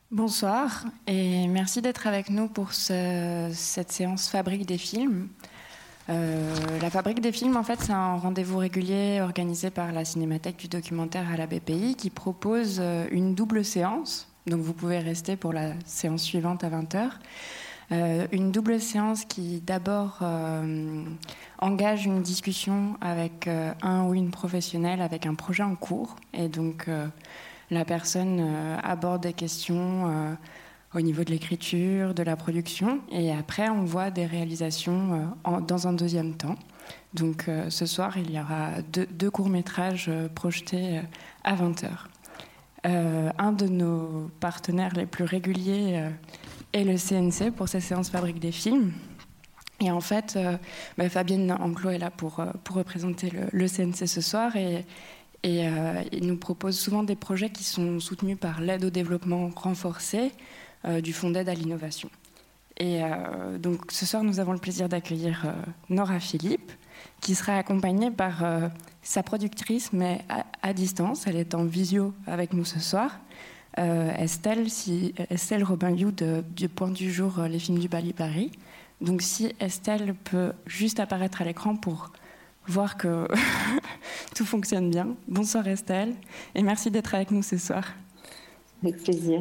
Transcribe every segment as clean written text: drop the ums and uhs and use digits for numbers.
Bonsoir et merci d'être avec nous pour cette séance Fabrique des films. La Fabrique des films, en fait, c'est un rendez-vous régulier organisé par la Cinémathèque du documentaire à la BPI qui propose une double séance. Donc vous pouvez rester pour la séance suivante à 20h. Une double séance qui d'abord engage une discussion avec un ou une professionnelle avec un projet en cours. Et donc la personne aborde des questions au niveau de l'écriture, de la production, et après on voit des réalisations dans un deuxième temps. Donc ce soir, il y aura deux courts-métrages projetés à 20h. Un de nos partenaires les plus réguliers est le CNC pour ces séances Fabrique des films. Et en fait, Fabienne Enclos est là pour représenter le CNC ce soir, et il nous propose souvent des projets qui sont soutenus par l'aide au développement renforcé du Fonds d'aide à l'innovation. Et donc ce soir, nous avons le plaisir d'accueillir Nora Philippe, qui sera accompagnée par sa productrice, mais à distance. Elle est en visio avec nous ce soir. Estelle Robin-You du Point du Jour, les films du Bali Paris. Donc si Estelle peut juste apparaître à l'écran pour voir que tout fonctionne bien. Bonsoir Estelle, et merci d'être avec nous ce soir. Avec plaisir.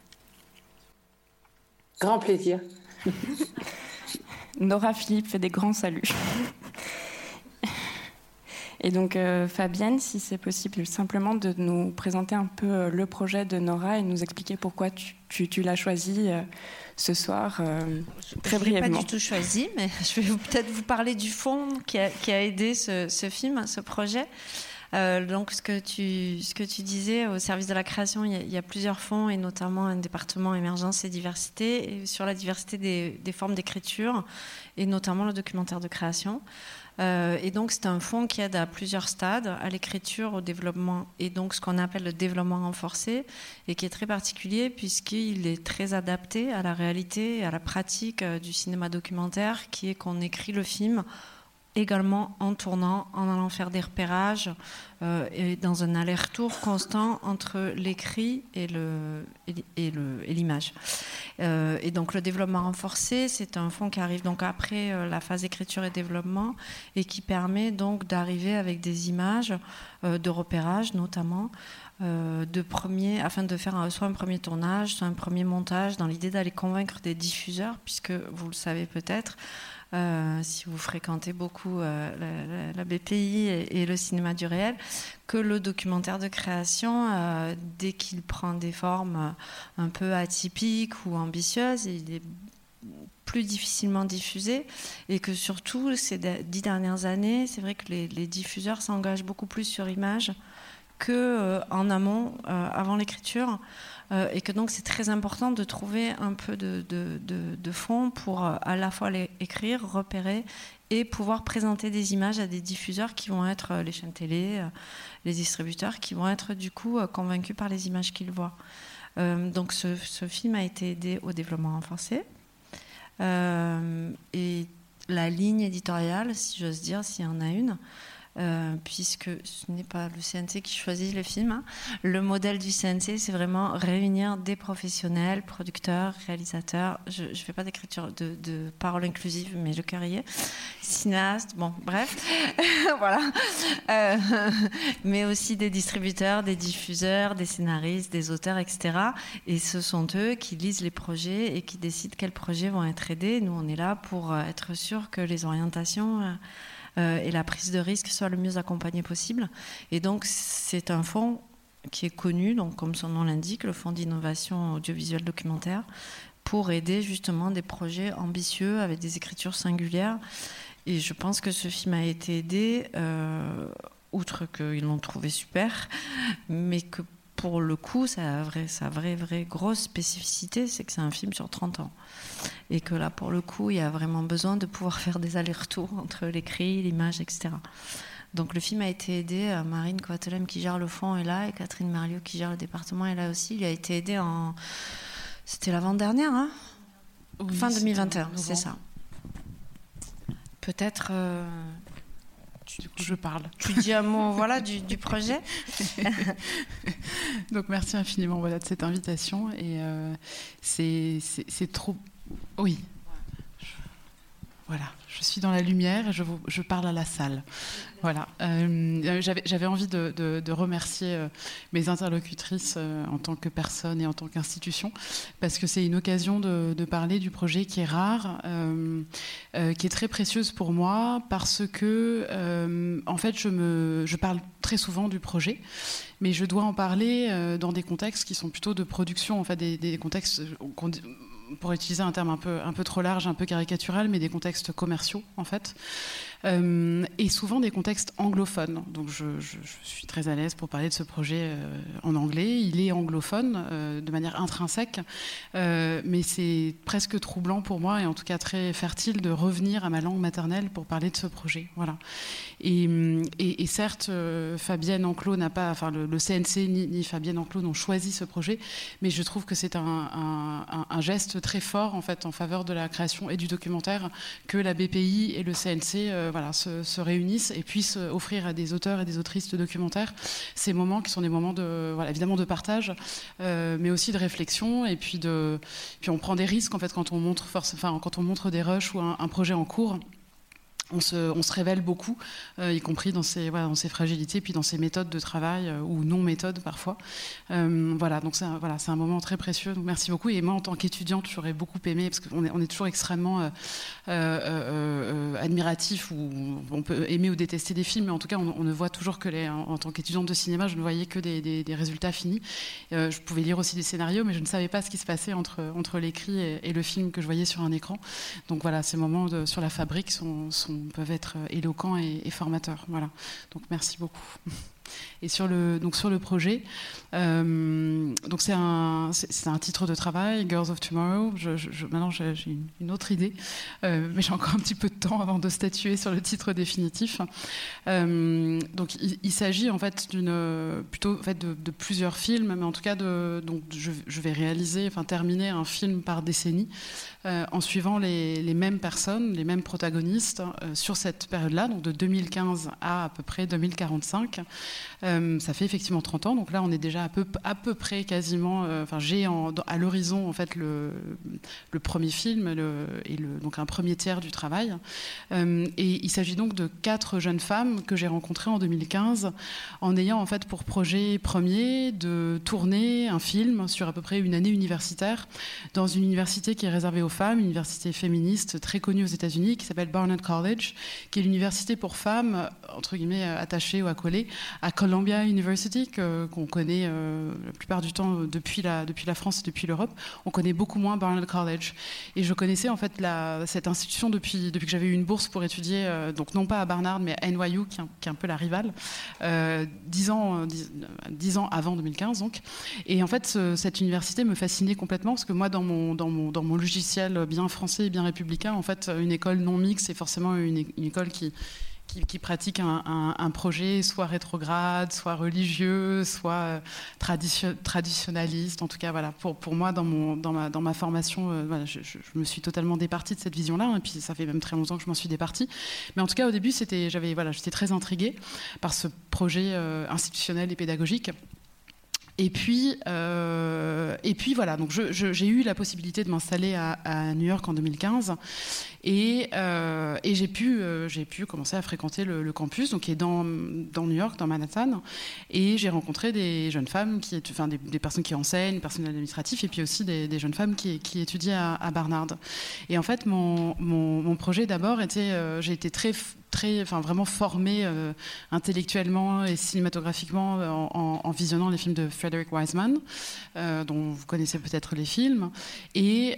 Grand plaisir. Nora Philippe fait des grands saluts. Et donc Fabienne, si c'est possible, simplement de nous présenter un peu le projet de Nora et nous expliquer pourquoi tu l'as choisi ce soir, très brièvement. Je ne l'ai pas du tout choisi, mais je vais peut-être vous parler du fonds qui a aidé ce film, ce projet. Donc ce que tu disais, au service de la création, il y a plusieurs fonds, et notamment un département émergence et diversité, et sur la diversité des formes d'écriture, et notamment le documentaire de création. Et donc c'est un fonds qui aide à plusieurs stades, à l'écriture, au développement, et donc ce qu'on appelle le développement renforcé, et qui est très particulier puisqu'il est très adapté à la réalité et à la pratique du cinéma documentaire, qui est qu'on écrit le film également en tournant, en allant faire des repérages, et dans un aller-retour constant entre l'écrit et l'image. Et donc le développement renforcé, c'est un fonds qui arrive donc après la phase écriture et développement, et qui permet donc d'arriver avec des images de repérage notamment, afin de faire soit un premier tournage, soit un premier montage, dans l'idée d'aller convaincre des diffuseurs, puisque vous le savez peut-être, si vous fréquentez beaucoup la BPI et le cinéma du réel, que le documentaire de création, dès qu'il prend des formes un peu atypiques ou ambitieuses, il est plus difficilement diffusé, et que surtout ces 10 dernières années, c'est vrai que les diffuseurs s'engagent beaucoup plus sur image qu'en amont, avant l'écriture, et que donc c'est très important de trouver un peu de fond pour à la fois les écrire, repérer, et pouvoir présenter des images à des diffuseurs qui vont être les chaînes télé, les distributeurs, qui vont être du coup convaincus par les images qu'ils voient. Donc ce film a été aidé au développement renforcé, et la ligne éditoriale, si j'ose dire, s'il y en a une, puisque ce n'est pas le CNC qui choisit le film, hein. Le modèle du CNC, c'est vraiment réunir des professionnels, producteurs, réalisateurs, je ne fais pas d'écriture de parole inclusive, mais le cœur y est, cinéastes, bon, bref, voilà, mais aussi des distributeurs, des diffuseurs, des scénaristes, des auteurs, etc. Et ce sont eux qui lisent les projets et qui décident quels projets vont être aidés. Nous, on est là pour être sûr que les orientations et la prise de risque soit le mieux accompagnée possible. Et donc, c'est un fonds qui est connu, donc, comme son nom l'indique, le Fonds d'innovation audiovisuelle documentaire, pour aider justement des projets ambitieux avec des écritures singulières. Et je pense que ce film a été aidé, outre qu'ils l'ont trouvé super, mais que pour le coup, sa vraie grosse spécificité, c'est que c'est un film sur 30 ans. Et que là, pour le coup, il y a vraiment besoin de pouvoir faire des allers-retours entre l'écrit, l'image, etc. Donc le film a été aidé, Marine Coatelem qui gère le fond est là, et Catherine Merliot qui gère le département est là aussi. Il a été aidé c'était l'avant-dernière, hein, oui, fin 2021, c'est ça. Peut-être du coup, je parle. Tu dis un mot voilà, du projet. Donc merci infiniment voilà, de cette invitation. Et c'est trop... Oui. Voilà, je suis dans la lumière et je parle à la salle. Voilà. J'avais envie de remercier mes interlocutrices en tant que personne et en tant qu'institution, parce que c'est une occasion de parler du projet qui est rare, qui est très précieuse pour moi, parce que en fait, je parle très souvent du projet, mais je dois en parler dans des contextes qui sont plutôt de production, en fait, des contextes pour utiliser un terme un peu trop large, un peu caricatural, mais des contextes commerciaux, en fait. Et souvent des contextes anglophones. Donc je suis très à l'aise pour parler de ce projet en anglais. Il est anglophone de manière intrinsèque, mais c'est presque troublant pour moi, et en tout cas très fertile, de revenir à ma langue maternelle pour parler de ce projet. Voilà. Et certes, Fabienne Enclos n'a pas, enfin le CNC ni Fabienne Enclos n'ont choisi ce projet, mais je trouve que c'est un geste très fort en fait en faveur de la création et du documentaire, que la BPI et le CNC se réunissent et puissent offrir à des auteurs et des autrices de documentaires ces moments qui sont des moments évidemment de partage, mais aussi de réflexion, et puis on prend des risques en fait quand on montre des rushs ou un projet en cours. On se révèle beaucoup, y compris dans ses fragilités, puis dans ses méthodes de travail, ou non-méthodes parfois. Donc c'est un moment très précieux. Donc merci beaucoup. Et moi, en tant qu'étudiante, j'aurais beaucoup aimé, parce qu'on est toujours extrêmement admiratif, ou on peut aimer ou détester des films, mais en tout cas, on ne voit toujours que en tant qu'étudiante de cinéma, je ne voyais que des résultats finis. Je pouvais lire aussi des scénarios, mais je ne savais pas ce qui se passait entre l'écrit et le film que je voyais sur un écran. Donc voilà, ces moments sur la fabrique peuvent être éloquents et formateurs. Voilà. Donc merci beaucoup. Et sur le projet, donc c'est un titre de travail, Girls of Tomorrow. Maintenant j'ai une autre idée, mais j'ai encore un petit peu de temps avant de statuer sur le titre définitif. Donc il s'agit en fait plutôt en fait de plusieurs films, mais en tout cas donc je vais terminer un film par décennie, en suivant les mêmes personnes, les mêmes protagonistes sur cette période-là, donc de 2015 à peu près 2045. Ça fait effectivement 30 ans, donc là on est déjà à peu près quasiment. J'ai à l'horizon en fait le premier film donc un premier tiers du travail. Et il s'agit donc de 4 jeunes femmes que j'ai rencontrées en 2015, en ayant en fait pour projet premier de tourner un film sur à peu près une année universitaire dans une université qui est réservée aux femmes, une université féministe très connue aux États-Unis qui s'appelle Barnard College, qui est l'université pour femmes entre guillemets attachée ou accolée à Columbia University, qu'on connaît la plupart du temps depuis la France et depuis l'Europe. On connaît beaucoup moins Barnard College. Et je connaissais en fait cette institution depuis que j'avais eu une bourse pour étudier, donc non pas à Barnard, mais à NYU, qui est un peu la rivale, 10 ans avant 2015. Donc. Et en fait, cette université me fascinait complètement, parce que moi, dans mon logiciel bien français et bien républicain, en fait, une école non mixte, c'est forcément une école qui pratique un projet soit rétrograde, soit religieux, soit traditionnaliste. En tout cas, voilà, pour moi, dans ma formation, je me suis totalement départie de cette vision-là, et puis ça fait même très longtemps que je m'en suis départie. Mais en tout cas, au début, j'étais très intriguée par ce projet institutionnel et pédagogique. Et puis voilà, donc j'ai eu la possibilité de m'installer à New York en 2015, et j'ai pu commencer à fréquenter le campus, donc qui est dans New York, dans Manhattan, et j'ai rencontré des jeunes femmes des personnes qui enseignent, des personnels administratifs, et puis aussi des jeunes femmes qui étudient à Barnard. Et en fait, mon projet d'abord était, j'ai été vraiment formée intellectuellement et cinématographiquement en visionnant les films de Frederick Wiseman, dont vous connaissez peut-être les films, et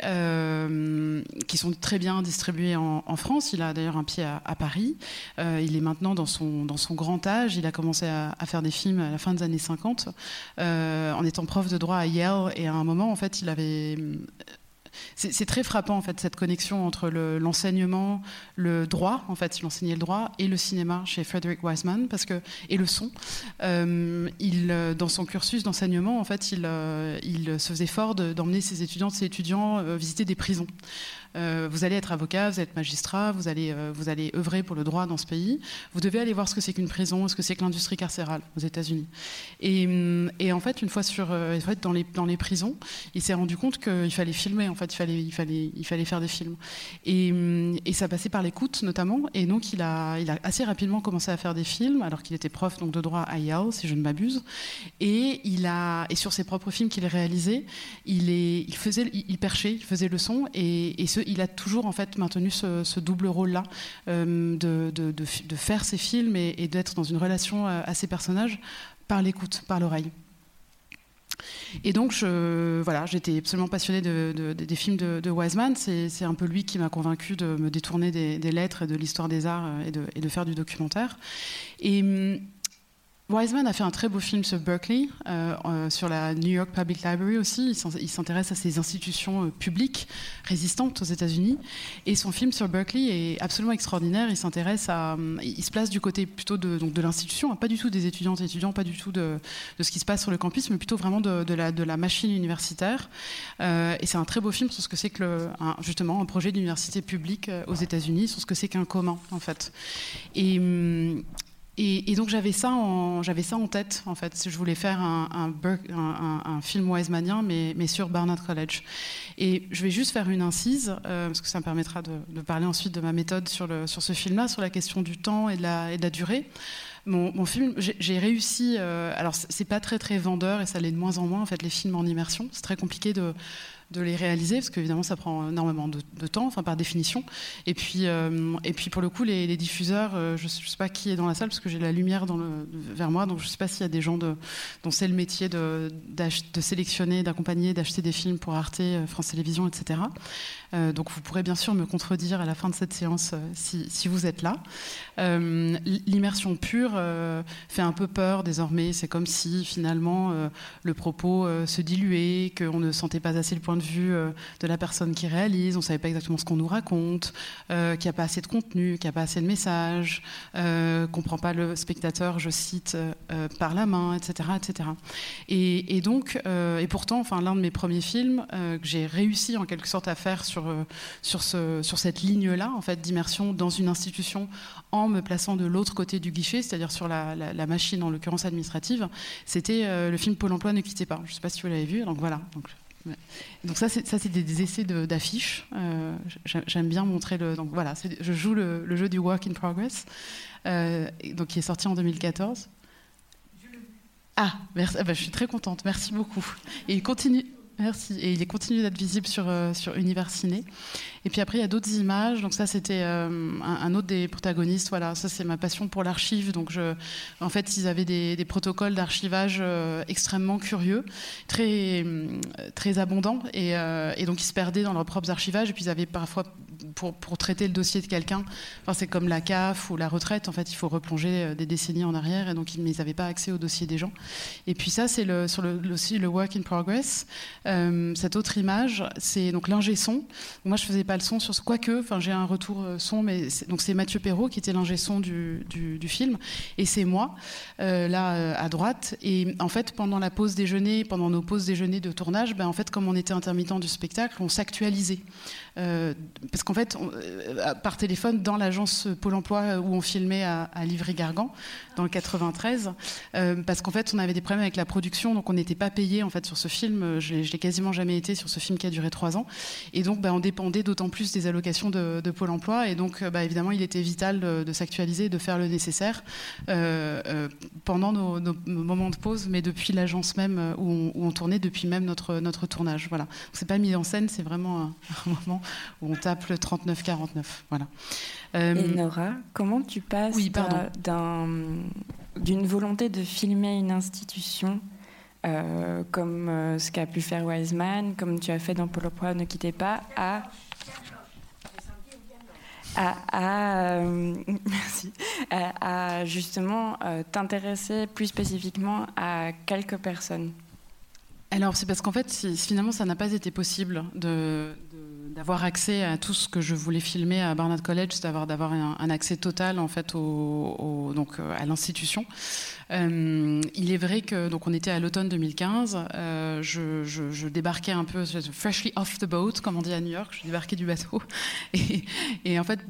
qui sont très bien distribués en France. Il a d'ailleurs un pied à Paris. Il est maintenant dans son grand âge. Il a commencé à faire des films à la fin des années 50, en étant prof de droit à Yale, et à un moment, en fait, c'est très frappant en fait cette connexion entre l'enseignement, le droit en fait, il enseignait le droit et le cinéma chez Frederick Wiseman et le son. Dans son cursus d'enseignement en fait, il se faisait fort d'emmener ses étudiantes et ses étudiants visiter des prisons. Vous allez être avocat, vous allez être magistrat, vous allez œuvrer pour le droit dans ce pays. Vous devez aller voir ce que c'est qu'une prison, ce que c'est que l'industrie carcérale aux États-Unis. Et en fait, une fois dans les prisons, il s'est rendu compte qu'il fallait filmer. En fait, il fallait faire des films. Et ça passait par l'écoute notamment. Et donc, il a assez rapidement commencé à faire des films, alors qu'il était prof donc de droit à Yale, si je ne m'abuse. Et sur ses propres films qu'il réalisait, il perchait, il faisait le son il a toujours en fait maintenu ce double rôle-là de faire ses films et d'être dans une relation à ses personnages par l'écoute, par l'oreille. Et donc, j'étais absolument passionnée des films de Wiseman. C'est un peu lui qui m'a convaincue de me détourner des lettres et de l'histoire des arts et de faire du documentaire. Et Wiseman a fait un très beau film sur Berkeley, sur la New York Public Library aussi. Il s'intéresse à ces institutions publiques résistantes aux États-Unis. Et son film sur Berkeley est absolument extraordinaire. Il se place du côté plutôt de l'institution, pas du tout des étudiantes et étudiants, pas du tout de ce qui se passe sur le campus, mais plutôt vraiment de la machine universitaire. Et c'est un très beau film sur ce que c'est que justement un projet d'université publique aux États-Unis, sur ce que c'est qu'un commun en fait. Et donc j'avais ça en tête en fait. Je voulais faire un film wisemanien mais sur Barnard College. Et je vais juste faire une incise parce que ça me permettra de parler ensuite de ma méthode sur ce film-là, sur la question du temps et de la durée. Mon film, j'ai réussi. Alors c'est pas très très vendeur et ça l'est de moins en moins en fait les films en immersion. C'est très compliqué de les réaliser parce qu'évidemment ça prend énormément de temps, enfin par définition. Et puis pour le coup les diffuseurs, je sais pas qui est dans la salle parce que j'ai la lumière vers moi, donc je sais pas s'il y a des gens dont c'est le métier de sélectionner, d'accompagner, d'acheter des films pour Arte, France Télévisions, etc. Donc vous pourrez bien sûr me contredire à la fin de cette séance si vous êtes là. L'immersion pure fait un peu peur désormais. C'est comme si finalement le propos se diluait, qu'on ne sentait pas assez le point de vue de la personne qui réalise, on ne savait pas exactement ce qu'on nous raconte, qu'il n'y a pas assez de contenu, qu'il n'y a pas assez de messages, qu'on ne prend pas le spectateur, je cite, par la main, etc. etc. Et donc, et pourtant, enfin, l'un de mes premiers films que j'ai réussi en quelque sorte à faire sur cette ligne-là, en fait, d'immersion dans une institution en me plaçant de l'autre côté du guichet, c'est-à-dire sur la machine, en l'occurrence administrative, c'était le film Pôle emploi Ne quittez pas. Je ne sais pas si vous l'avez vu, donc voilà. Donc ça c'est des essais d'affiches. J'aime bien montrer donc voilà, je joue le jeu du work in progress, donc qui est sorti en 2014. Ah, merci, je suis très contente, merci beaucoup. Et il continue. Merci. Et il continue d'être visible sur Univers Ciné. Et puis après, il y a d'autres images. Donc ça, c'était un autre des protagonistes. Voilà, ça, c'est ma passion pour l'archive. Donc en fait, ils avaient des protocoles d'archivage extrêmement curieux, très, très abondants. Et donc, ils se perdaient dans leurs propres archivages. Et puis, ils avaient parfois, pour traiter le dossier de quelqu'un, enfin, c'est comme la CAF ou la retraite. En fait, il faut replonger des décennies en arrière. Et donc, ils n'avaient pas accès au dossier des gens. Et puis ça, c'est aussi le work in progress. Cette autre image, c'est donc l'ingé son. Moi, je faisais pas le son sur ce, quoique, enfin, j'ai un retour son, mais c'est Mathieu Perrault qui était l'ingé son du film, et c'est moi là à droite. Et en fait, pendant nos pauses déjeuner de tournage, en fait, comme on était intermittent du spectacle, on s'actualisait. Parce qu'en fait, par téléphone, dans l'agence Pôle emploi où on filmait à Livry-Gargan, dans le 93, parce qu'en fait, on avait des problèmes avec la production, donc on n'était pas payé en fait sur ce film. Je l'ai quasiment jamais été sur ce film qui a duré 3 ans. Et donc, on dépendait d'autant plus des allocations de Pôle emploi. Et donc, évidemment, il était vital de s'actualiser, de faire le nécessaire pendant nos moments de pause, mais depuis l'agence même où on tournait, depuis même notre tournage. Voilà. C'est pas mis en scène, c'est vraiment un moment où on tape le 39-49. Voilà. Et Nora, comment tu passes d'une volonté de filmer une institution comme ce qu'a pu faire Wiseman, comme tu as fait dans Pôle emploi Ne quittez pas, à justement t'intéresser plus spécifiquement à quelques personnes? Alors, c'est parce qu'en fait, finalement, ça n'a pas été possible de d'avoir accès à tout ce que je voulais filmer à Barnard College, d'avoir un accès total en fait donc à l'institution. Il est vrai que donc on était à l'automne 2015, je débarquais un peu freshly off the boat, comme on dit à New York, je débarquais du bateau et en fait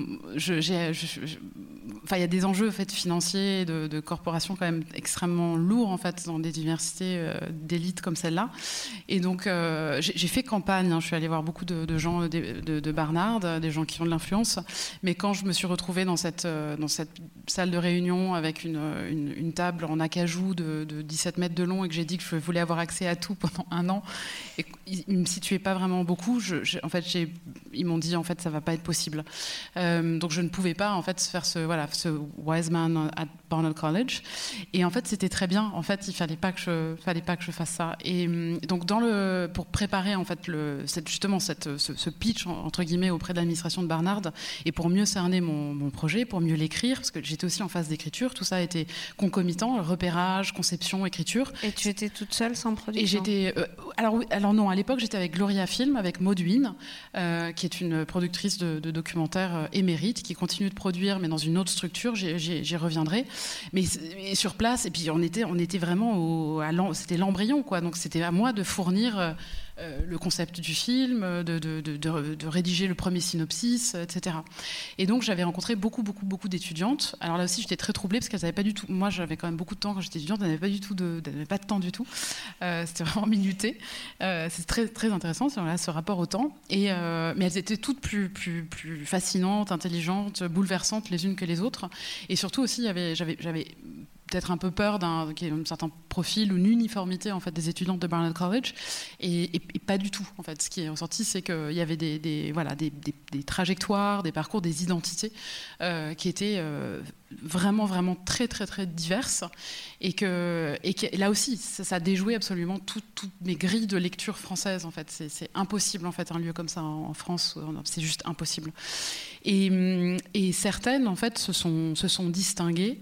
il y a des enjeux en fait financiers de corporations quand même extrêmement lourds en fait dans des universités d'élite comme celle-là, et donc j'ai fait campagne, hein, je suis allée voir beaucoup de gens de Barnard, des gens qui ont de l'influence, mais quand je me suis retrouvée dans cette salle de réunion avec une table en acajou de 17 mètres de long et que j'ai dit que je voulais avoir accès à tout pendant 1 an et qu'ils ne me situaient pas vraiment beaucoup, en fait, ils m'ont dit en fait ça va pas être possible. Donc je ne pouvais pas en fait faire ce Wiseman at Barnard College, et en fait c'était très bien, en fait il fallait pas que je fasse ça, et donc pour préparer en fait ce pitch entre guillemets auprès de l'administration de Barnard, et pour mieux cerner mon projet, pour mieux l'écrire, parce que j'étais aussi en phase d'écriture, tout ça a été concomitant, repérage, conception, écriture. Et tu étais toute seule sans production? Et j'étais alors non, à l'époque j'étais avec Gloria Film, avec Maud Wynne, qui est une productrice de documentaires émérite, qui continue de produire mais dans une autre structure, j'y reviendrai, mais sur place, et puis on était vraiment c'était l'embryon quoi, donc c'était à moi de fournir le concept du film, de rédiger le premier synopsis, etc. Et donc j'avais rencontré beaucoup d'étudiantes. Alors là aussi j'étais très troublée parce qu'elles n'avaient pas du tout. Moi j'avais quand même beaucoup de temps quand j'étais étudiante, elles n'avaient pas de temps du tout. C'était vraiment minuté. C'est très très intéressant ce rapport au temps. Mais elles étaient toutes plus fascinantes, intelligentes, bouleversantes les unes que les autres. Et surtout aussi j'avais peut-être un peu peur qu'il y ait un certain profil ou une uniformité en fait des étudiantes de Barnard College, et pas du tout en fait. Ce qui est ressorti, c'est qu'il y avait des trajectoires, des parcours, des identités qui étaient vraiment très très très diverses, et que là aussi ça a déjoué absolument toutes mes grilles de lecture française en fait. C'est impossible en fait un lieu comme ça en France, c'est juste impossible. Et certaines en fait se sont distinguées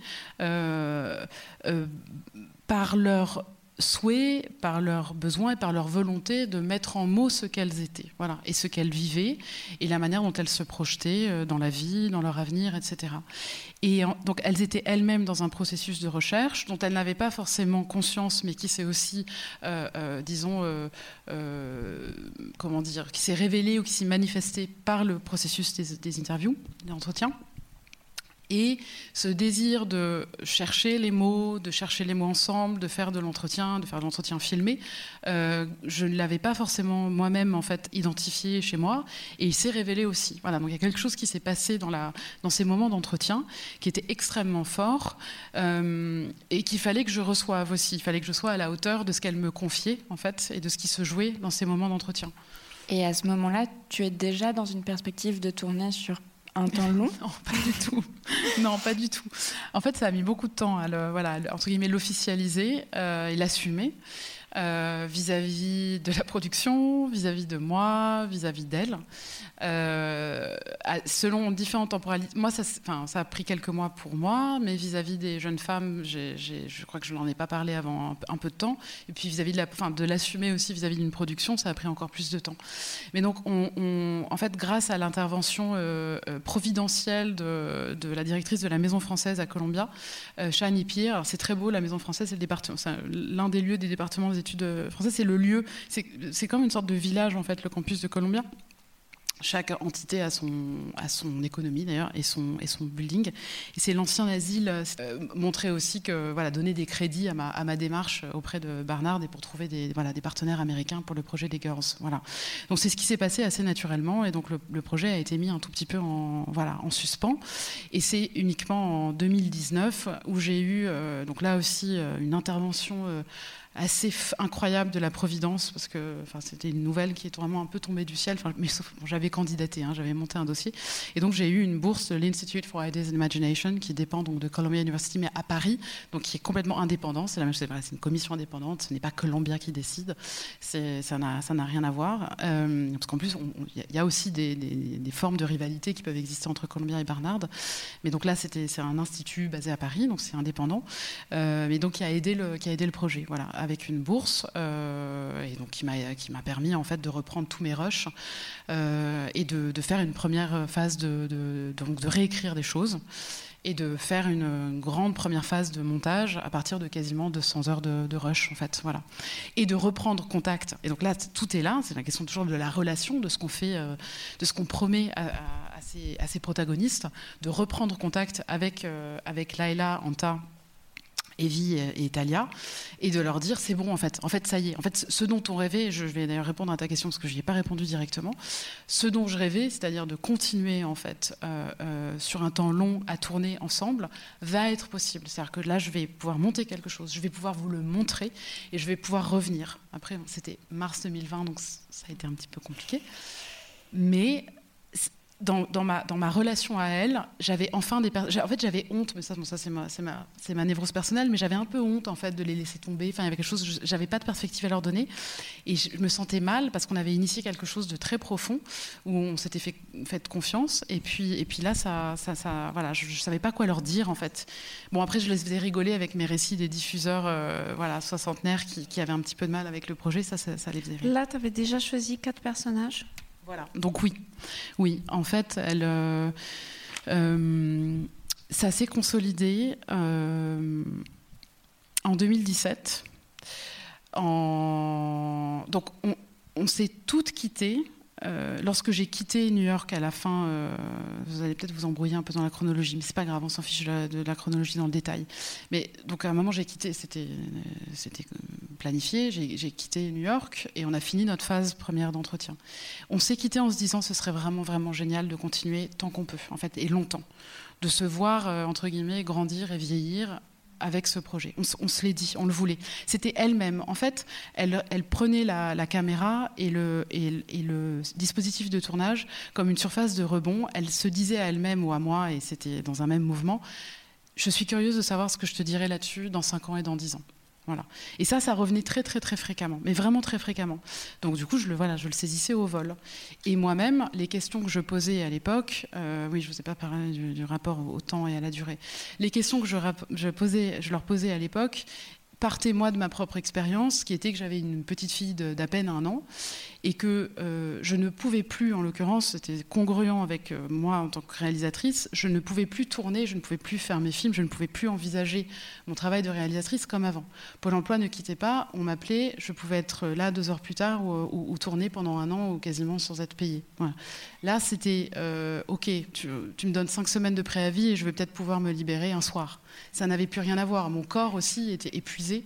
par leur souhait, par leurs besoins et par leur volonté de mettre en mots ce qu'elles étaient, voilà, et ce qu'elles vivaient, et la manière dont elles se projetaient dans la vie, dans leur avenir, etc. Et donc elles étaient elles-mêmes dans un processus de recherche dont elles n'avaient pas forcément conscience, mais qui s'est aussi, comment dire, qui s'est révélé ou qui s'est manifesté par le processus des interviews, des entretiens. Et ce désir de chercher les mots ensemble, de faire de l'entretien filmé, je ne l'avais pas forcément moi-même en fait identifié chez moi, et il s'est révélé aussi. Voilà, donc il y a quelque chose qui s'est passé dans ces moments d'entretien qui était extrêmement fort, et qu'il fallait que je reçoive aussi. Il fallait que je sois à la hauteur de ce qu'elle me confiait en fait et de ce qui se jouait dans ces moments d'entretien. Et à ce moment-là, tu es déjà dans une perspective de tourner sur un temps long? Non, pas du tout. Non, pas du tout. En fait, ça a mis beaucoup de temps à entre guillemets, l'officialiser et l'assumer vis-à-vis de la production, vis-à-vis de moi, vis-à-vis d'elle. Selon différentes temporalités. Moi, ça a pris quelques mois pour moi, mais vis-à-vis des jeunes femmes, je crois que je n'en ai pas parlé avant un peu de temps. Et puis vis-à-vis de l'assumer aussi vis-à-vis d'une production, ça a pris encore plus de temps. Mais donc, en fait, grâce à l'intervention providentielle de la directrice de la Maison française à Columbia, Shani Pierre. Alors c'est très beau, la Maison française, c'est l'un des lieux des départements des études françaises. C'est le lieu, c'est comme une sorte de village en fait, le campus de Columbia. Chaque entité a son économie d'ailleurs et son building. Et c'est l'ancien asile montrer aussi que donner des crédits à ma démarche auprès de Barnard et pour trouver des partenaires américains pour le projet des Girls. Voilà. Donc c'est ce qui s'est passé assez naturellement, et donc le projet a été mis un tout petit peu en suspens. Et c'est uniquement en 2019 où j'ai eu donc là aussi une intervention assez incroyable de la Providence, parce que c'était une nouvelle qui est vraiment un peu tombée du ciel, mais j'avais candidaté, j'avais monté un dossier, et donc j'ai eu une bourse de l'Institute for Ideas and Imagination qui dépend donc de Columbia University, mais à Paris, donc qui est complètement indépendant. C'est la même chose, c'est une commission indépendante, ce n'est pas Columbia qui décide, ça n'a rien à voir, parce qu'en plus il y a aussi des formes de rivalité qui peuvent exister entre Columbia et Barnard, mais donc là c'est un institut basé à Paris, donc c'est indépendant, mais donc qui a aidé le projet, voilà. avec une bourse, et donc qui m'a permis en fait de reprendre tous mes rushs et de faire une première phase donc de réécrire des choses et de faire une grande première phase de montage à partir de quasiment 200 heures de rush, en fait, voilà. Et de reprendre contact. Et donc là, tout est là, c'est la question toujours de la relation, de ce qu'on fait, de ce qu'on promet à ces protagonistes, de reprendre contact avec Laila, Anta, Evie et Talia, et de leur dire c'est bon en fait ça y est, en fait ce dont on rêvait, je vais d'ailleurs répondre à ta question parce que je n'y ai pas répondu directement, ce dont je rêvais, c'est-à-dire de continuer en fait sur un temps long à tourner ensemble, va être possible. C'est-à-dire que là je vais pouvoir monter quelque chose, je vais pouvoir vous le montrer et je vais pouvoir revenir. Après c'était mars 2020 donc ça a été un petit peu compliqué, mais dans ma relation à elle, j'avais enfin en fait j'avais honte, mais ça c'est ma névrose personnelle, mais j'avais un peu honte en fait de les laisser tomber. Enfin il y avait quelque chose, j'avais pas de perspective à leur donner et je me sentais mal parce qu'on avait initié quelque chose de très profond où on s'était fait confiance et puis là ça voilà, je savais pas quoi leur dire en fait. Bon après je les faisais rigoler avec mes récits des diffuseurs voilà soixantenaires qui avaient un petit peu de mal avec le projet, ça les faisait rire. Là tu avais déjà choisi 4 personnages. Voilà. Donc oui, en fait, ça s'est consolidé en 2017. Donc on s'est toutes quittées. Lorsque j'ai quitté New York à la fin, vous allez peut-être vous embrouiller un peu dans la chronologie, mais c'est pas grave, on s'en fiche de la chronologie dans le détail. Mais donc à un moment j'ai quitté, c'était planifié, j'ai quitté New York et on a fini notre phase première d'entretien. On s'est quitté en se disant ce serait vraiment vraiment génial de continuer tant qu'on peut, en fait, et longtemps, de se voir entre guillemets grandir et vieillir avec ce projet. On se l'est dit, on le voulait. C'était elle-même. En fait, elle prenait la caméra et le dispositif de tournage comme une surface de rebond. Elle se disait à elle-même ou à moi, et c'était dans un même mouvement, je suis curieuse de savoir ce que je te dirai là-dessus dans 5 ans et dans 10 ans. Voilà. Et ça revenait très, très, très fréquemment, mais vraiment très fréquemment. Donc du coup, je le saisissais au vol. Et moi-même, les questions que je posais à l'époque, oui, je ne vous ai pas parlé du rapport au temps et à la durée. Les questions que je leur posais à l'époque partaient, moi, de ma propre expérience, qui était que j'avais une petite fille d'à peine 1 an, et que je ne pouvais plus, en l'occurrence, c'était congruent avec moi en tant que réalisatrice, je ne pouvais plus tourner, je ne pouvais plus faire mes films, je ne pouvais plus envisager mon travail de réalisatrice comme avant. Pôle emploi ne quittait pas, on m'appelait, je pouvais être là 2 heures plus tard ou tourner pendant 1 an ou quasiment sans être payée. Voilà. Là, c'était ok, tu me donnes 5 semaines de préavis et je vais peut-être pouvoir me libérer un soir. Ça n'avait plus rien à voir. Mon corps aussi était épuisé.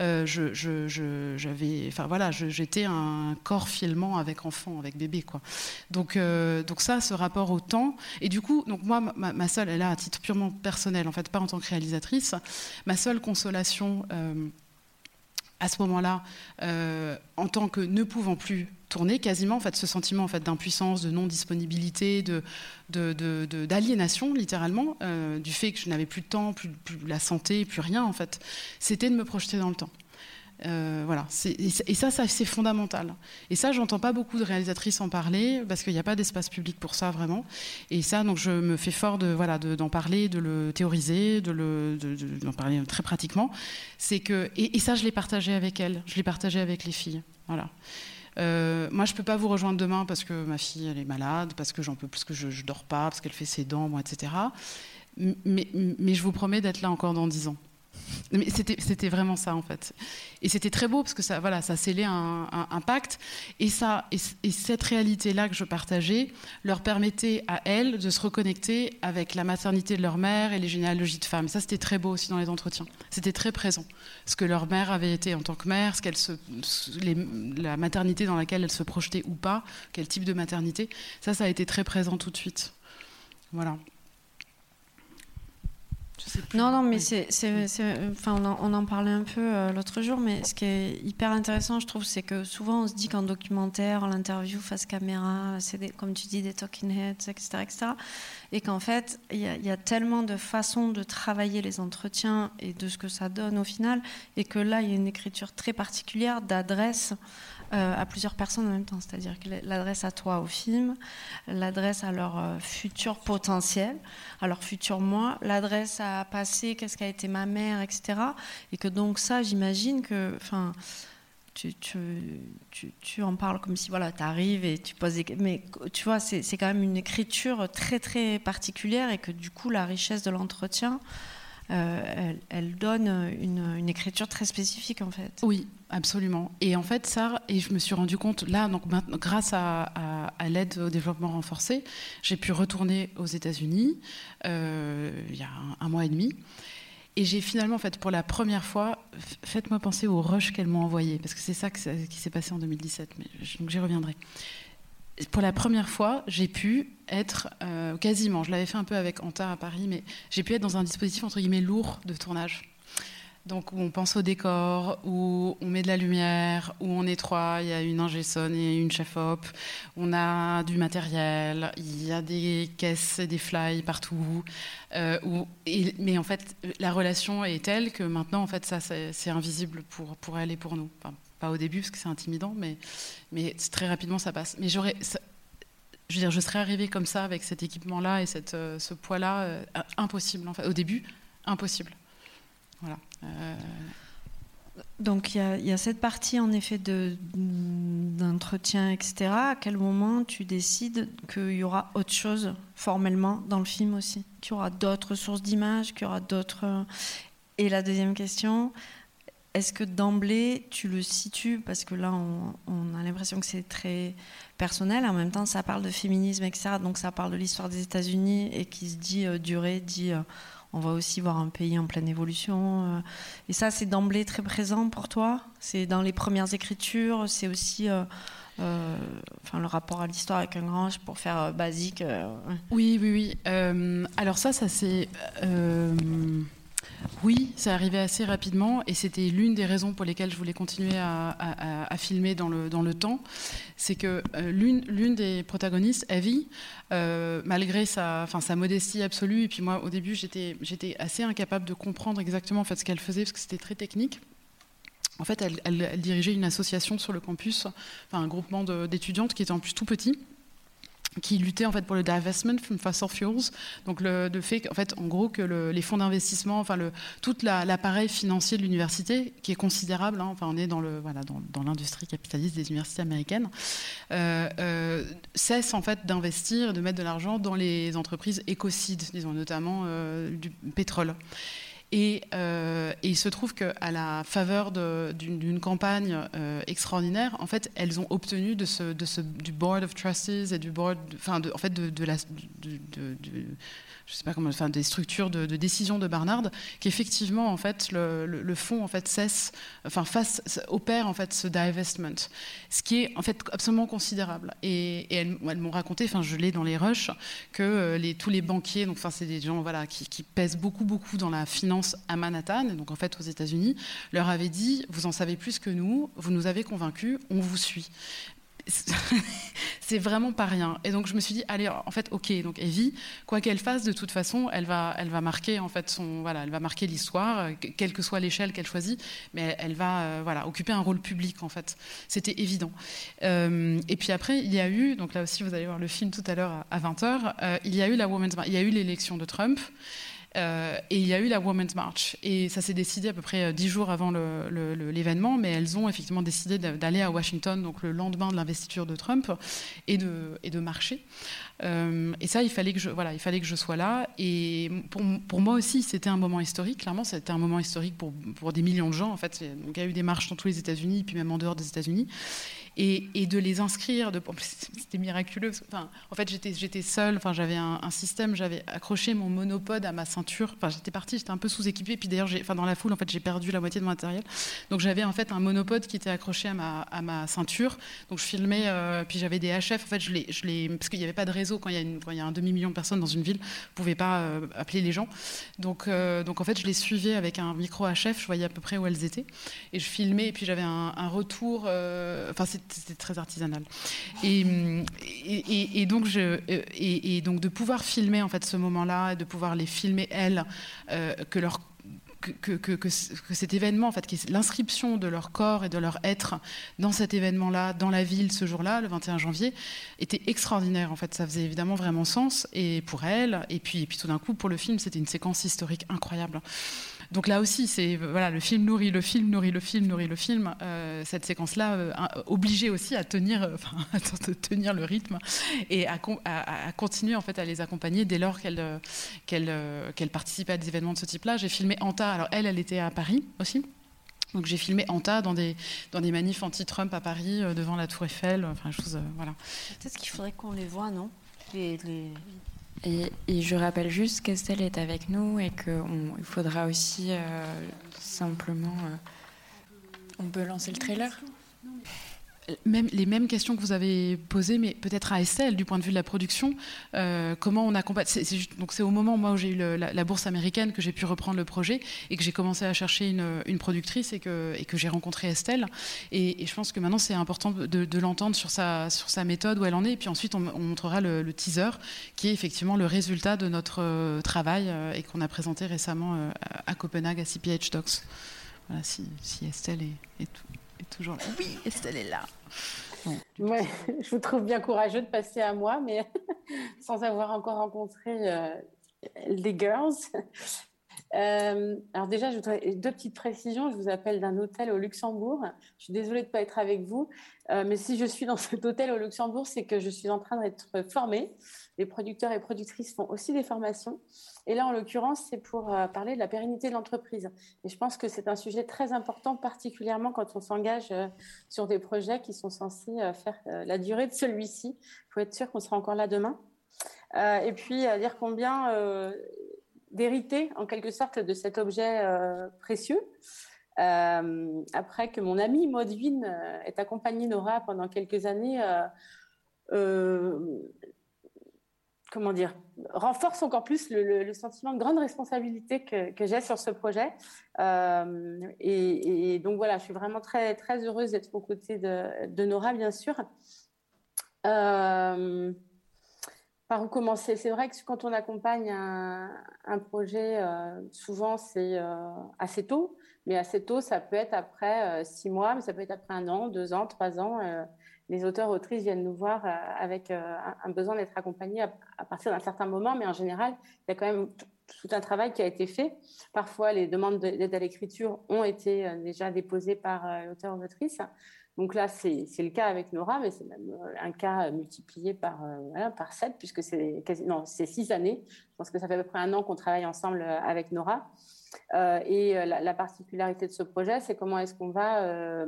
J'étais un corps filmant avec enfant, avec bébé, quoi. Donc ça, ce rapport au temps. Et du coup, donc moi, ma seule, et là, à titre purement personnel, en fait, pas en tant que réalisatrice, ma seule consolation à ce moment-là, en tant que ne pouvant plus tourner, quasiment, en fait, ce sentiment en fait d'impuissance, de non-disponibilité, d'aliénation, littéralement, du fait que je n'avais plus de temps, plus la santé, plus rien, en fait, c'était de me projeter dans le temps. Voilà. Et ça, c'est fondamental. Et ça, j'entends pas beaucoup de réalisatrices en parler parce qu'il n'y a pas d'espace public pour ça, vraiment. Et ça, donc, je me fais fort d'en parler, de le théoriser, d'en parler très pratiquement. C'est que, et ça, je l'ai partagé avec elles, je l'ai partagé avec les filles. Voilà. Moi, je peux pas vous rejoindre demain parce que ma fille, elle est malade, parce que parce que je dors pas, parce qu'elle fait ses dents, moi, etc. Mais je vous promets d'être là encore dans 10 ans. Mais c'était vraiment ça, en fait. Et c'était très beau parce que ça scellait un pacte. Et cette réalité-là que je partageais leur permettait à elles de se reconnecter avec la maternité de leur mère et les généalogies de femmes. Et ça, c'était très beau aussi dans les entretiens. C'était très présent. Ce que leur mère avait été en tant que mère, la maternité dans laquelle elle se projetait ou pas, quel type de maternité. Ça a été très présent tout de suite. Voilà. Non, mais on en parlait un peu l'autre jour, mais ce qui est hyper intéressant, je trouve, c'est que souvent on se dit qu'en documentaire, l'interview face caméra, c'est comme tu dis, des talking heads, etc. Et qu'en fait, il y a tellement de façons de travailler les entretiens et de ce que ça donne au final, et que là, il y a une écriture très particulière d'adresse à plusieurs personnes en même temps, c'est-à-dire que l'adresse à toi au film, l'adresse à leur futur potentiel, à leur futur moi, l'adresse à passé, qu'est-ce qu'a été ma mère, etc. Et que donc ça, j'imagine que... Tu en parles comme si voilà, tu arrives et tu poses des... Mais tu vois, c'est quand même une écriture très très particulière et que du coup la richesse de l'entretien, elle donne une écriture très spécifique en fait. Oui, absolument. Et en fait ça, et je me suis rendu compte là, donc maintenant, grâce à l'aide au développement renforcé, j'ai pu retourner aux États-Unis il y a un mois et demi. Et j'ai finalement, en fait, pour la première fois, faites-moi penser aux rushs qu'elles m'ont envoyés, parce que c'est ça qui s'est passé en 2017, mais donc j'y reviendrai. Pour la première fois, j'ai pu être quasiment, je l'avais fait un peu avec Anta à Paris, mais j'ai pu être dans un dispositif entre guillemets lourd de tournage. Donc où on pense au décor, où on met de la lumière, où on est trois, il y a une ingé son et une chef-op, on a du matériel, il y a des caisses et des fly partout. Mais en fait, la relation est telle que maintenant, en fait, ça, c'est invisible pour elle et pour nous. Enfin, pas au début, parce que c'est intimidant, mais très rapidement, ça passe. Mais je veux dire, je serais arrivée comme ça, avec cet équipement-là et ce poids-là, impossible. En fait. Au début, impossible. Voilà. Donc il y a cette partie en effet d'entretien, etc. À quel moment tu décides qu'il y aura autre chose formellement dans le film aussi, qu'il y aura d'autres sources d'images, qu'il y aura d'autres... Et la deuxième question, est-ce que d'emblée tu le situes, parce que là on a l'impression que c'est très personnel, en même temps ça parle de féminisme, etc. Donc ça parle de l'histoire des États-Unis et qui se dit on va aussi voir un pays en pleine évolution. Et ça, c'est d'emblée très présent pour toi? C'est dans les premières écritures? C'est aussi le rapport à l'histoire avec un grand H pour faire basique? Oui. Alors ça c'est... Oui, ça arrivait assez rapidement et c'était l'une des raisons pour lesquelles je voulais continuer à filmer dans le temps. C'est que l'une des protagonistes, Evie, malgré sa modestie absolue, et puis moi au début j'étais assez incapable de comprendre exactement en fait, ce qu'elle faisait parce que c'était très technique. En fait, elle dirigeait une association sur le campus, un groupement d'étudiantes qui était en plus tout petit, qui luttait en fait pour le divestment from fossil fuels, donc le fait qu'en fait en gros que les fonds d'investissement, tout l'appareil financier de l'université qui est considérable, on est dans l'industrie capitaliste des universités américaines, cesse en fait d'investir et de mettre de l'argent dans les entreprises écocides, disons notamment du pétrole. Et il se trouve qu'à la faveur d'une campagne extraordinaire, en fait, elles ont obtenu du Board of Trustees et du Board, je sais pas comment, des structures de décision de Barnard, qu'effectivement, en fait, le fonds en fait opère en fait ce divestment, ce qui est en fait absolument considérable. Et elles m'ont raconté, je l'ai dans les rushs, que tous les banquiers, donc c'est des gens qui pèsent beaucoup dans la finance à Manhattan, donc en fait aux États-Unis, leur avaient dit: vous en savez plus que nous, vous nous avez convaincus, on vous suit. C'est vraiment pas rien. Et donc je me suis dit, allez, en fait, ok, donc Evie, quoi qu'elle fasse, de toute façon, elle va marquer en fait elle va marquer l'histoire, quelle que soit l'échelle qu'elle choisit, mais elle va occuper un rôle public en fait. C'était évident. Et puis après, il y a eu, donc là aussi vous allez voir le film tout à l'heure à 20h, il y a eu la Women's March, il y a eu l'élection de Trump. Et il y a eu la Women's March. Et ça s'est décidé à peu près 10 jours avant l'événement, mais elles ont effectivement décidé d'aller à Washington, donc le lendemain de l'investiture de Trump, et de marcher. Et ça, il fallait que je sois là. Et pour moi aussi, c'était un moment historique. Clairement, c'était un moment historique pour des millions de gens. En fait, donc, il y a eu des marches dans tous les États-Unis, puis même en dehors des États-Unis. Et de les inscrire, c'était miraculeux. En fait, j'étais seule. J'avais un système. J'avais accroché mon monopode à ma ceinture. J'étais un peu sous-équipée. Puis d'ailleurs, dans la foule, en fait, j'ai perdu la moitié de mon matériel. Donc j'avais en fait un monopode qui était accroché à ma ceinture. Donc je filmais. Puis j'avais des HF. En fait, parce qu'il n'y avait pas de réseau quand il y a un demi-million de personnes dans une ville. Vous ne pouvez pas appeler les gens. Donc en fait, je les suivais avec un micro HF. Je voyais à peu près où elles étaient. Et je filmais. Et puis j'avais un retour. C'était très artisanal. Et donc de pouvoir filmer en fait ce moment-là, et de pouvoir les filmer elles, que leur que cet événement, en fait, qui est l'inscription de leur corps et de leur être dans cet événement-là, dans la ville, ce jour-là, le 21 janvier, était extraordinaire. En fait, ça faisait évidemment vraiment sens, et pour elle, et puis tout d'un coup, pour le film, c'était une séquence historique incroyable. Donc là aussi, c'est voilà, le film nourrit le film, nourrit le film, nourrit le film. Cette séquence-là obligeait aussi à tenir, tenir le rythme et à continuer en fait à les accompagner dès lors qu'elles participaient à des événements de ce type-là. J'ai filmé Anta. Alors elle était à Paris aussi. Donc j'ai filmé Anta dans des manifs anti-Trump à Paris, devant la Tour Eiffel. Enfin, voilà. Peut-être qu'il faudrait qu'on les voit, non Et je rappelle juste qu'Estelle est avec nous et qu'il faudra aussi simplement... on peut lancer le trailer ? Les mêmes questions que vous avez posées, mais peut-être à Estelle, du point de vue de la production. Comment on accompagne... Donc c'est au moment moi, où j'ai eu la bourse américaine que j'ai pu reprendre le projet et que j'ai commencé à chercher une productrice et que j'ai rencontré Estelle. Et je pense que maintenant, c'est important de l'entendre sur sa méthode, où elle en est. Et puis ensuite, on montrera le teaser, qui est effectivement le résultat de notre travail et qu'on a présenté récemment à Copenhague, à CPH Docs. Voilà, si Estelle est toujours là. Oui, Estelle est là. Bon. Ouais, je vous trouve bien courageux de passer à moi, mais sans avoir encore rencontré les girls. Alors déjà, je voudrais 2 petites précisions. Je vous appelle d'un hôtel au Luxembourg. Je suis désolée de ne pas être avec vous, mais si je suis dans cet hôtel au Luxembourg, c'est que je suis en train d'être formée. Les producteurs et productrices font aussi des formations. Et là, en l'occurrence, c'est pour parler de la pérennité de l'entreprise. Et je pense que c'est un sujet très important, particulièrement quand on s'engage sur des projets qui sont censés faire la durée de celui-ci. Il faut être sûr qu'on sera encore là demain. Et puis, dire combien... d'hériter en quelque sorte de cet objet précieux. Après que mon amie Maud Wynne ait accompagné Nora pendant quelques années, renforce encore plus le sentiment de grande responsabilité que j'ai sur ce projet. Et donc voilà, je suis vraiment très, très heureuse d'être aux côtés de Nora, bien sûr. Par où commencer ? C'est vrai que quand on accompagne un projet, souvent c'est assez tôt, mais assez tôt, ça peut être après 6 mois, mais ça peut être après 1 an, 2 ans, 3 ans. Les auteurs-autrices viennent nous voir avec un besoin d'être accompagnés à partir d'un certain moment, mais en général, il y a quand même tout un travail qui a été fait. Parfois, les demandes d'aide à l'écriture ont été déjà déposées par l'auteur ou l'autrice. Donc là, c'est le cas avec Nora, mais c'est même un cas multiplié par 7, puisque c'est 6 années. Je pense que ça fait à peu près 1 an qu'on travaille ensemble avec Nora. Et la particularité de ce projet, c'est comment est-ce qu'on va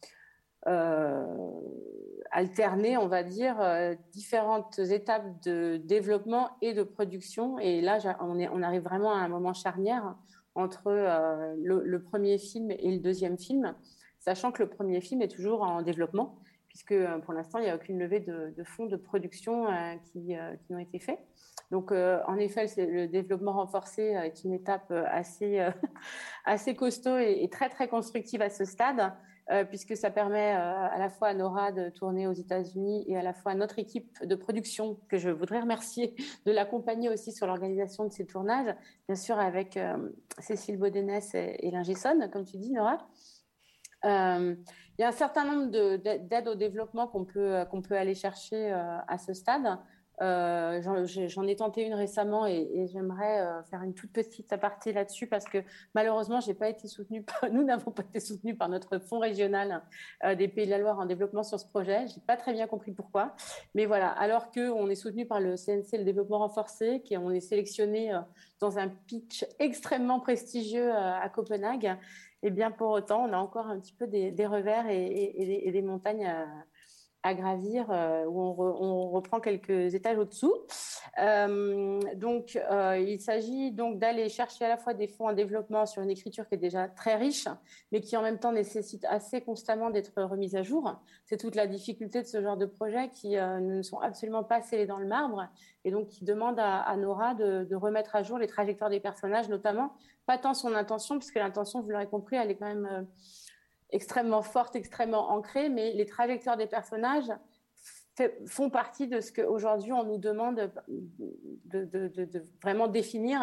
alterner, on va dire, différentes étapes de développement et de production. Et là, on arrive vraiment à un moment charnière entre le premier film et le deuxième film, sachant que le premier film est toujours en développement, puisque pour l'instant, il n'y a aucune levée de fonds de production qui ont été faits. Donc, en effet, le développement renforcé est une étape assez costaud et très, très constructive à ce stade, puisque ça permet à la fois à Nora de tourner aux États-Unis et à la fois à notre équipe de production, que je voudrais remercier, de l'accompagner aussi sur l'organisation de ces tournages, bien sûr avec Cécile Baudenès et l'ingé son, comme tu dis, Nora. Il y a un certain nombre d'aides au développement qu'on peut aller chercher à ce stade. J'en ai tenté une récemment et j'aimerais faire une toute petite aparté là-dessus parce que malheureusement, nous n'avons pas été soutenus par notre fonds régional des Pays de la Loire en développement sur ce projet. Je n'ai pas très bien compris pourquoi. Mais voilà, alors qu'on est soutenu par le CNC, le développement renforcé, on est sélectionné dans un pitch extrêmement prestigieux à Copenhague, et bien pour autant, on a encore un petit peu des revers et des montagnes à gravir où on reprend quelques étages au-dessous. Donc, il s'agit donc d'aller chercher à la fois des fonds en développement sur une écriture qui est déjà très riche, mais qui en même temps nécessite assez constamment d'être remise à jour. C'est toute la difficulté de ce genre de projet qui ne sont absolument pas scellés dans le marbre et donc qui demande à Nora de remettre à jour les trajectoires des personnages, notamment, pas tant son intention, puisque l'intention, vous l'aurez compris, elle est quand même extrêmement forte, extrêmement ancrée, mais les trajectoires des personnages font partie de ce qu'aujourd'hui on nous demande de vraiment définir.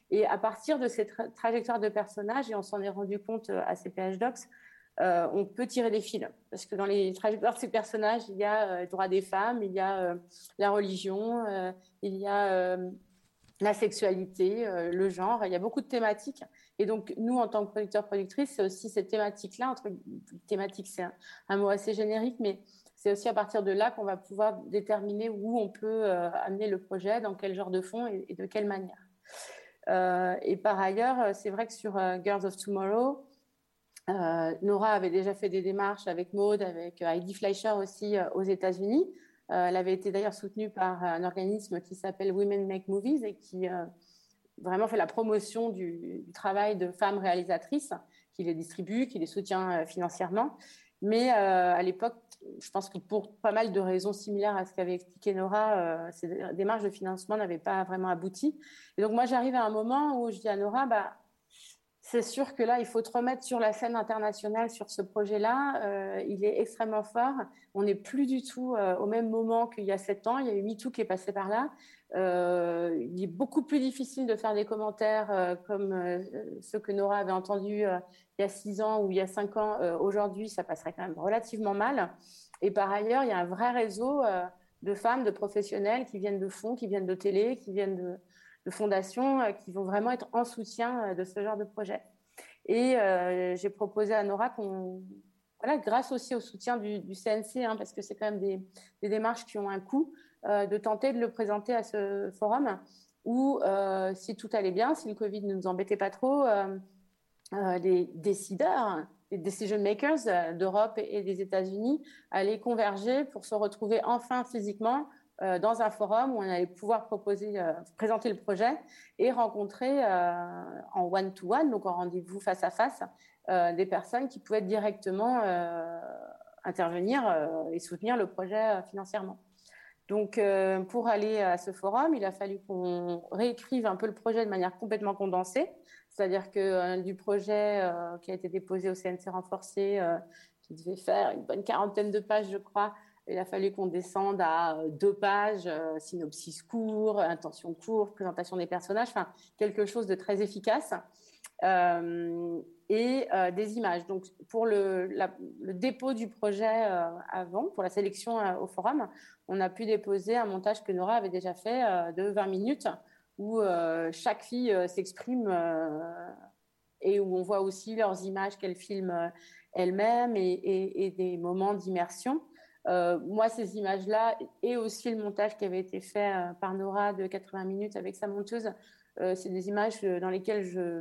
Et à partir de ces trajectoires de personnages, et on s'en est rendu compte à CPH Docs, on peut tirer des fils. Parce que dans les trajectoires de ces personnages, il y a le droit des femmes, il y a la religion, il y a la sexualité, le genre, il y a beaucoup de thématiques. Et donc, nous, en tant que producteurs-productrices, c'est aussi cette thématique-là, thématique, c'est un mot assez générique, mais c'est aussi à partir de là qu'on va pouvoir déterminer où on peut amener le projet, dans quel genre de fond et de quelle manière. Et par ailleurs, c'est vrai que sur Girls of Tomorrow, Nora avait déjà fait des démarches avec Maud, avec Heidi Fleischer aussi aux États-Unis. Elle avait été d'ailleurs soutenue par un organisme qui s'appelle Women Make Movies et qui vraiment fait la promotion du travail de femmes réalisatrices, qui les distribue, qui les soutient financièrement. Mais à l'époque, je pense que pour pas mal de raisons similaires à ce qu'avait expliqué Nora, ces démarches de financement n'avaient pas vraiment abouti. Et donc moi, j'arrive à un moment où je dis à Nora, c'est sûr que là, il faut te remettre sur la scène internationale sur ce projet-là. Il est extrêmement fort. On n'est plus du tout au même moment qu'il y a 7 ans. Il y a eu MeToo qui est passé par là. Il est beaucoup plus difficile de faire des commentaires comme ceux que Nora avait entendus il y a 6 ans ou il y a 5 ans. Aujourd'hui, ça passerait quand même relativement mal. Et par ailleurs, il y a un vrai réseau de femmes, de professionnels qui viennent de fonds, qui viennent de télé, qui viennent de fondations qui vont vraiment être en soutien de ce genre de projet. Et j'ai proposé à Nora grâce aussi au soutien du CNC, parce que c'est quand même des démarches qui ont un coût, de tenter de le présenter à ce forum où, si tout allait bien, si le Covid ne nous embêtait pas trop, les décideurs, les decision makers d'Europe et des États-Unis allaient converger pour se retrouver enfin physiquement dans un forum où on allait pouvoir présenter le projet et rencontrer en one-to-one, donc en rendez-vous face à face, des personnes qui pouvaient directement intervenir et soutenir le projet financièrement. Donc, pour aller à ce forum, il a fallu qu'on réécrive un peu le projet de manière complètement condensée, c'est-à-dire que du projet qui a été déposé au CNC renforcé, qui devait faire une bonne 40aine de pages, je crois, il a fallu qu'on descende à 2 pages, synopsis court, intention courte, présentation des personnages, enfin quelque chose de très efficace, et des images. Donc pour le dépôt du projet avant, pour la sélection au forum, on a pu déposer un montage que Nora avait déjà fait de 20 minutes, où chaque fille s'exprime et où on voit aussi leurs images qu'elles filment elles-mêmes et des moments d'immersion. Moi, ces images-là et aussi le montage qui avait été fait par Nora de 80 minutes avec sa monteuse, c'est des images dans lesquelles je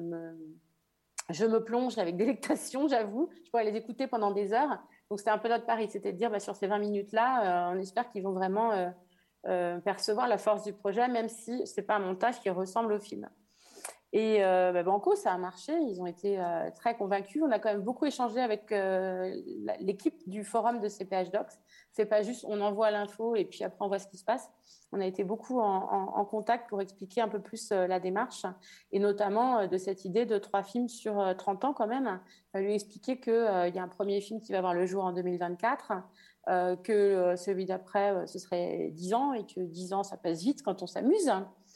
me plonge avec délectation, j'avoue. Je pourrais les écouter pendant des heures. Donc, c'était un peu notre pari, c'était de dire sur ces 20 minutes-là, on espère qu'ils vont vraiment percevoir la force du projet, même si ce n'est pas un montage qui ressemble au film. Et Banco, ça a marché. Ils ont été très convaincus. On a quand même beaucoup échangé avec l'équipe du forum de CPH Docs. C'est pas juste on envoie l'info et puis après on voit ce qui se passe. On a été beaucoup en contact pour expliquer un peu plus la démarche et notamment de cette idée de 3 films sur 30 ans quand même. Il a fallu expliquer qu'il y a un premier film qui va voir le jour en 2024, que celui d'après, ce serait 10 ans et que 10 ans, ça passe vite quand on s'amuse.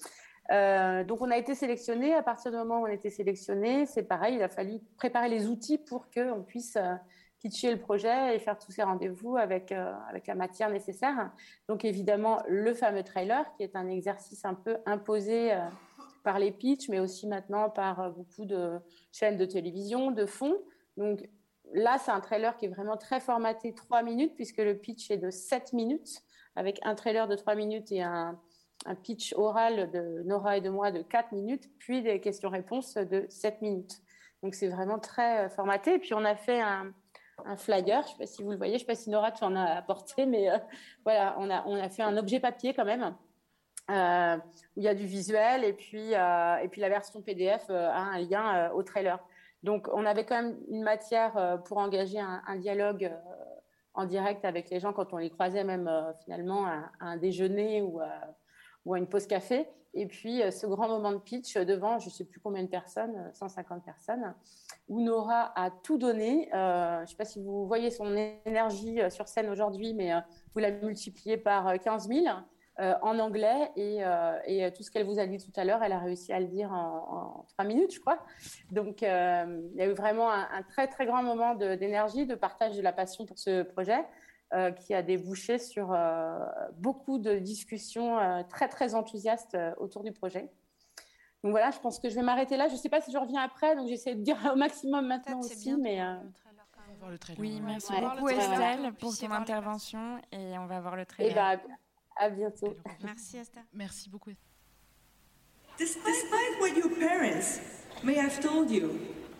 Donc on a été sélectionnés. À partir du moment où on a été sélectionnés, c'est pareil, il a fallu préparer les outils pour qu'on puisse pitcher le projet et faire tous ces rendez-vous avec la matière nécessaire. Donc évidemment, le fameux trailer, qui est un exercice un peu imposé par les pitchs, mais aussi maintenant par beaucoup de chaînes de télévision, de fonds. Donc là, c'est un trailer qui est vraiment très formaté 3 minutes, puisque le pitch est de 7 minutes, avec un trailer de 3 minutes et un pitch oral de Nora et de moi de 4 minutes, puis des questions-réponses de 7 minutes. Donc, c'est vraiment très formaté. Et puis, on a fait un flyer, je ne sais pas si vous le voyez, je ne sais pas si Nora, tu en as apporté, mais voilà, on a fait un objet papier quand même, où il y a du visuel, et puis la version PDF a un lien au trailer. Donc, on avait quand même une matière pour engager un dialogue en direct avec les gens quand on les croisait, même finalement à un déjeuner ou à une pause café. Et puis, ce grand moment de pitch devant, je ne sais plus combien de personnes, 150 personnes, où Nora a tout donné. Je ne sais pas si vous voyez son énergie sur scène aujourd'hui, mais vous la multipliez par 15 000. en anglais et tout ce qu'elle vous a dit tout à l'heure, elle a réussi à le dire en 3 minutes, je crois. Donc, il y a eu vraiment un très, très grand moment d'énergie, de partage de la passion pour ce projet qui a débouché sur beaucoup de discussions très, très enthousiastes autour du projet. Donc voilà, je pense que je vais m'arrêter là. Je ne sais pas si je reviens après, donc j'essaie de dire au maximum maintenant aussi. Mais oui, merci beaucoup Estelle pour ton intervention et on va voir le trailer. Et bah, à bientôt. Merci Esther. Merci beaucoup. Despite what your parents may have told you,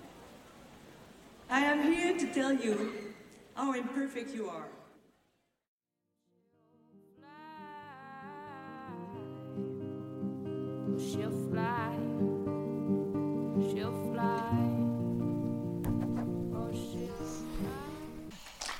I am here to tell you how imperfect you are. She'll fly, she'll fly, oh she'll fly.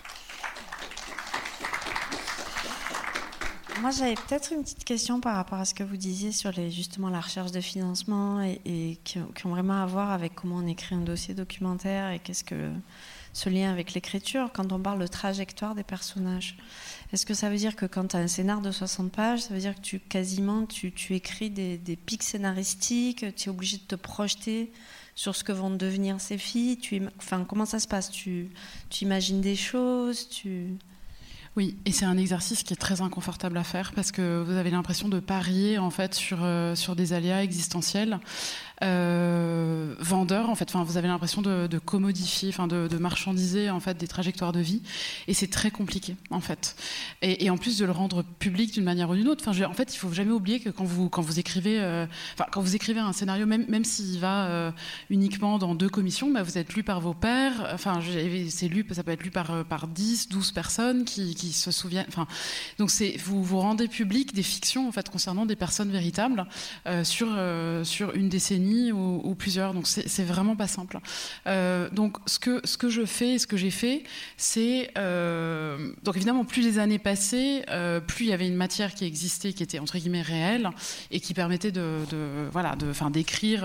Moi, j'avais peut-être une petite question par rapport à ce que vous disiez sur justement la recherche de financement et qui ont vraiment à voir avec comment on écrit un dossier documentaire et qu'est-ce que ce lien avec l'écriture, quand on parle de trajectoire des personnages. Est-ce que ça veut dire que quand tu as un scénar de 60 pages, ça veut dire que tu écris des pics scénaristiques, tu es obligé de te projeter sur ce que vont devenir ces filles comment ça se passe? Tu imagines des choses, Oui, et c'est un exercice qui est très inconfortable à faire parce que vous avez l'impression de parier en fait sur des aléas existentiels. Vendeur en fait, vous avez l'impression de commodifier, de marchandiser en fait des trajectoires de vie, et c'est très compliqué en fait. Et en plus de le rendre public d'une manière ou d'une autre. En fait, il faut jamais oublier que quand vous écrivez un scénario, même s'il va uniquement dans 2 commissions, vous êtes lu par vos pairs. C'est lu, ça peut être lu par 10, 12 personnes qui se souviennent. Donc vous rendez public des fictions en fait concernant des personnes véritables sur une décennie ou plusieurs, donc c'est vraiment pas simple. Donc ce que je fais, ce que j'ai fait, c'est donc évidemment plus les années passaient, plus il y avait une matière qui existait, qui était entre guillemets réelle et qui permettait d'écrire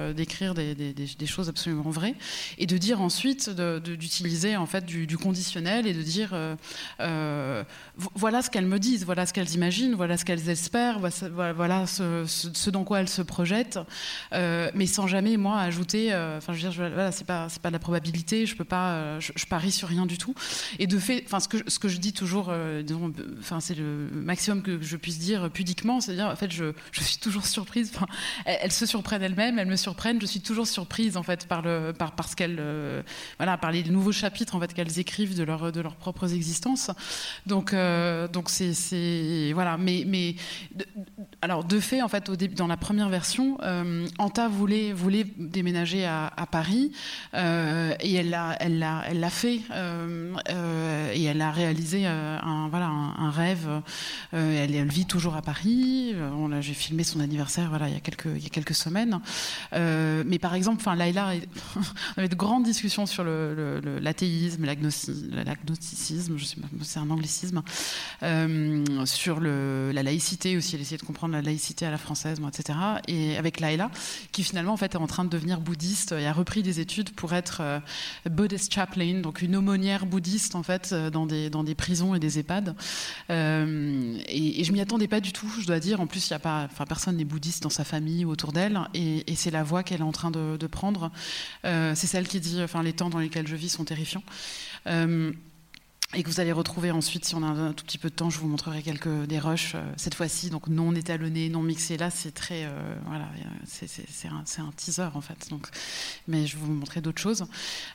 des choses absolument vraies et de dire ensuite d'utiliser en fait du conditionnel et de dire voilà ce qu'elles me disent, voilà ce qu'elles imaginent, voilà ce qu'elles espèrent, voilà ce dans quoi elles se projettent. Mais sans jamais moi ajouter c'est pas de la probabilité, je peux pas je parie sur rien du tout, et de fait ce que je dis toujours c'est le maximum que je puisse dire pudiquement, c'est-à-dire en fait je suis toujours surprise, elles se surprennent elles-mêmes, elles me surprennent, je suis toujours surprise en fait par ce qu'elles par les nouveaux chapitres en fait qu'elles écrivent de leurs propres existences. Donc c'est voilà, mais alors de fait en fait dans la première version, Anta voulait déménager à Paris et elle l'a fait et elle a réalisé un rêve. Elle vit toujours à Paris. J'ai filmé son anniversaire il y a quelques semaines. Mais par exemple, Laïla, on avait de grandes discussions sur l'athéisme, l'agnosticisme, je sais pas, c'est un anglicisme, sur la laïcité aussi. Elle essayait de comprendre la laïcité à la française, etc. Et avec Laïla, qui finalement en fait est en train de devenir bouddhiste et a repris des études pour être Buddhist chaplain, donc une aumônière bouddhiste en fait dans des prisons et des EHPAD. Et je m'y attendais pas du tout, je dois dire. En plus, personne n'est bouddhiste dans sa famille ou autour d'elle, et c'est la voie qu'elle est en train de prendre. C'est celle qui dit les temps dans lesquels je vis sont terrifiants. Et que vous allez retrouver ensuite, si on a un tout petit peu de temps, je vous montrerai des rushs, cette fois-ci, donc non étalonnés, non mixés. Là, c'est très... c'est un teaser, en fait. Donc, mais je vais vous montrer d'autres choses.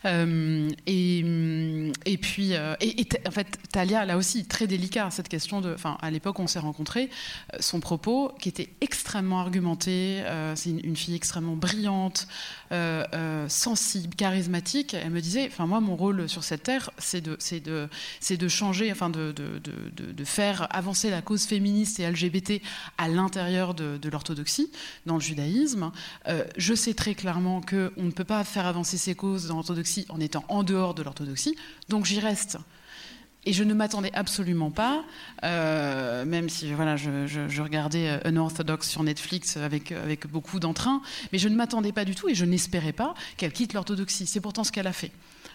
Et puis, en fait, Thalia, là aussi, très délicat, cette question de... à l'époque, on s'est rencontrés, son propos, qui était extrêmement argumenté, c'est une fille extrêmement brillante, sensible, charismatique. Elle me disait, moi, mon rôle sur cette terre, c'est de changer, de faire avancer la cause féministe et LGBT à l'intérieur de l'orthodoxie, dans le judaïsme. Je sais très clairement qu'on ne peut pas faire avancer ces causes dans l'orthodoxie en étant en dehors de l'orthodoxie, donc j'y reste. Et je ne m'attendais absolument pas, même si je regardais Unorthodox sur Netflix avec beaucoup d'entrain, mais je ne m'attendais pas du tout et je n'espérais pas qu'elle quitte l'orthodoxie. C'est pourtant ce qu'elle a fait.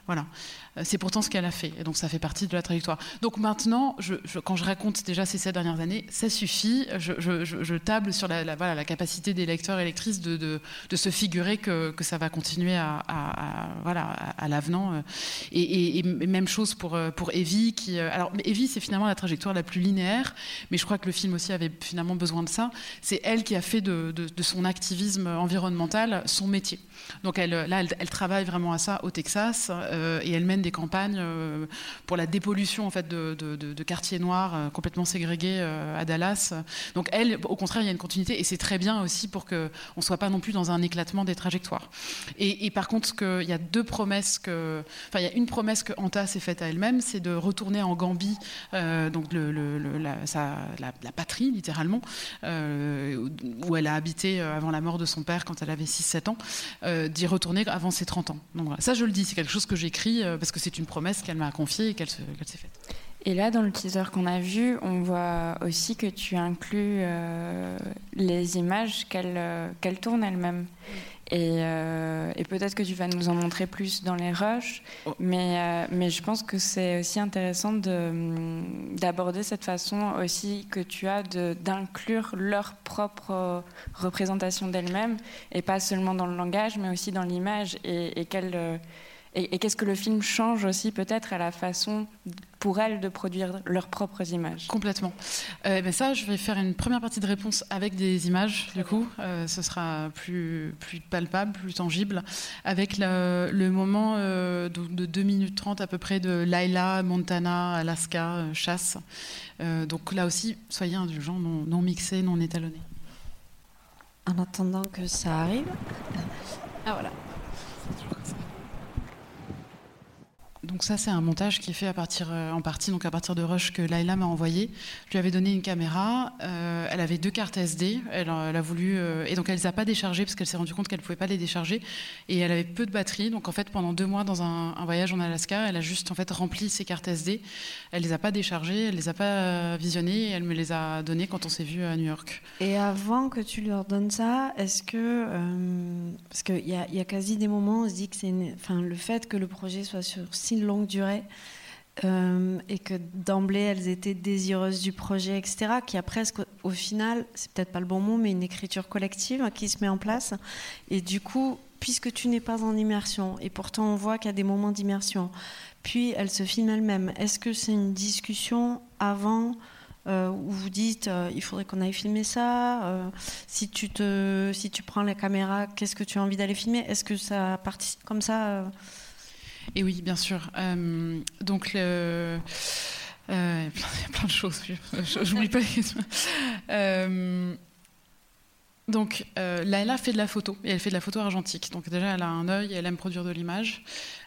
Voilà. C'est pourtant ce qu'elle a fait. Et donc, ça fait partie de la trajectoire. Donc maintenant, quand je raconte déjà ces 7 dernières années, ça suffit. Je table sur la capacité des lecteurs et lectrices de se figurer que ça va continuer à l'avenant. Et même chose pour Evie. Alors, Evie, c'est finalement la trajectoire la plus linéaire, mais je crois que le film aussi avait finalement besoin de ça. C'est elle qui a fait de son activisme environnemental son métier. Donc elle travaille vraiment à ça au Texas et elle mène des campagnes pour la dépollution en fait de quartiers noirs complètement ségrégés à Dallas. Donc elle, au contraire, il y a une continuité et c'est très bien aussi pour qu'on ne soit pas non plus dans un éclatement des trajectoires. Et par contre, il y a il y a une promesse que Anta s'est faite à elle-même, c'est de retourner en Gambie, donc la patrie littéralement, où elle a habité avant la mort de son père quand elle avait 6-7 ans. D'y retourner avant ses 30 ans. Donc voilà. Ça, je le dis, c'est quelque chose que j'écris parce que c'est une promesse qu'elle m'a confiée et qu'elle s'est faite. Et là, dans le teaser qu'on a vu, on voit aussi que tu inclus les images qu'elle tourne elle-même. Et peut-être que tu vas nous en montrer plus dans les rushs, mais je pense que c'est aussi intéressant d'aborder cette façon aussi que tu as d'inclure leur propre représentation d'elle-même, et pas seulement dans le langage, mais aussi dans l'image, et qu'est-ce que le film change aussi peut-être à la façon pour elles de produire leurs propres images. Complètement. Ça, je vais faire une première partie de réponse avec des images, du coup. Ce sera plus palpable, plus tangible, avec le moment de 2 minutes 30 à peu près de Laila, Montana, Alaska, chasse. Donc là aussi, soyez indulgents, non mixés, non étalonnés. En attendant que ça arrive. Ah voilà. Donc ça, c'est un montage qui est fait en partie à partir de rushs que Laila m'a envoyé. Je lui avais donné une caméra. Elle avait 2 cartes SD. Elle a voulu et donc elle les a pas déchargées parce qu'elle s'est rendue compte qu'elle pouvait pas les décharger. Et elle avait peu de batterie. Donc en fait, pendant 2 mois dans un voyage en Alaska, elle a juste en fait rempli ses cartes SD. Elle les a pas déchargées, elle les a pas visionnées. Et elle me les a données quand on s'est vu à New York. Et avant que tu leur donnes ça, est-ce que parce qu'il y a quasi des moments où on se dit que le fait que le projet soit sur si longue durée et que d'emblée elles étaient désireuses du projet, etc., qu'il y a presque au final, c'est peut-être pas le bon mot, mais une écriture collective qui se met en place. Et du coup, puisque tu n'es pas en immersion, et pourtant on voit qu'il y a des moments d'immersion, puis elle se filme elle-même, est-ce que c'est une discussion avant où vous dites il faudrait qu'on aille filmer ça, si tu prends la caméra, qu'est-ce que tu as envie d'aller filmer, est-ce que ça participe comme ça Et oui, bien sûr. Donc, il y a plein de choses. J'oublie pas les questions. Donc, Laila fait de la photo, et elle fait de la photo argentique. Donc déjà, elle a un œil, elle aime produire de l'image.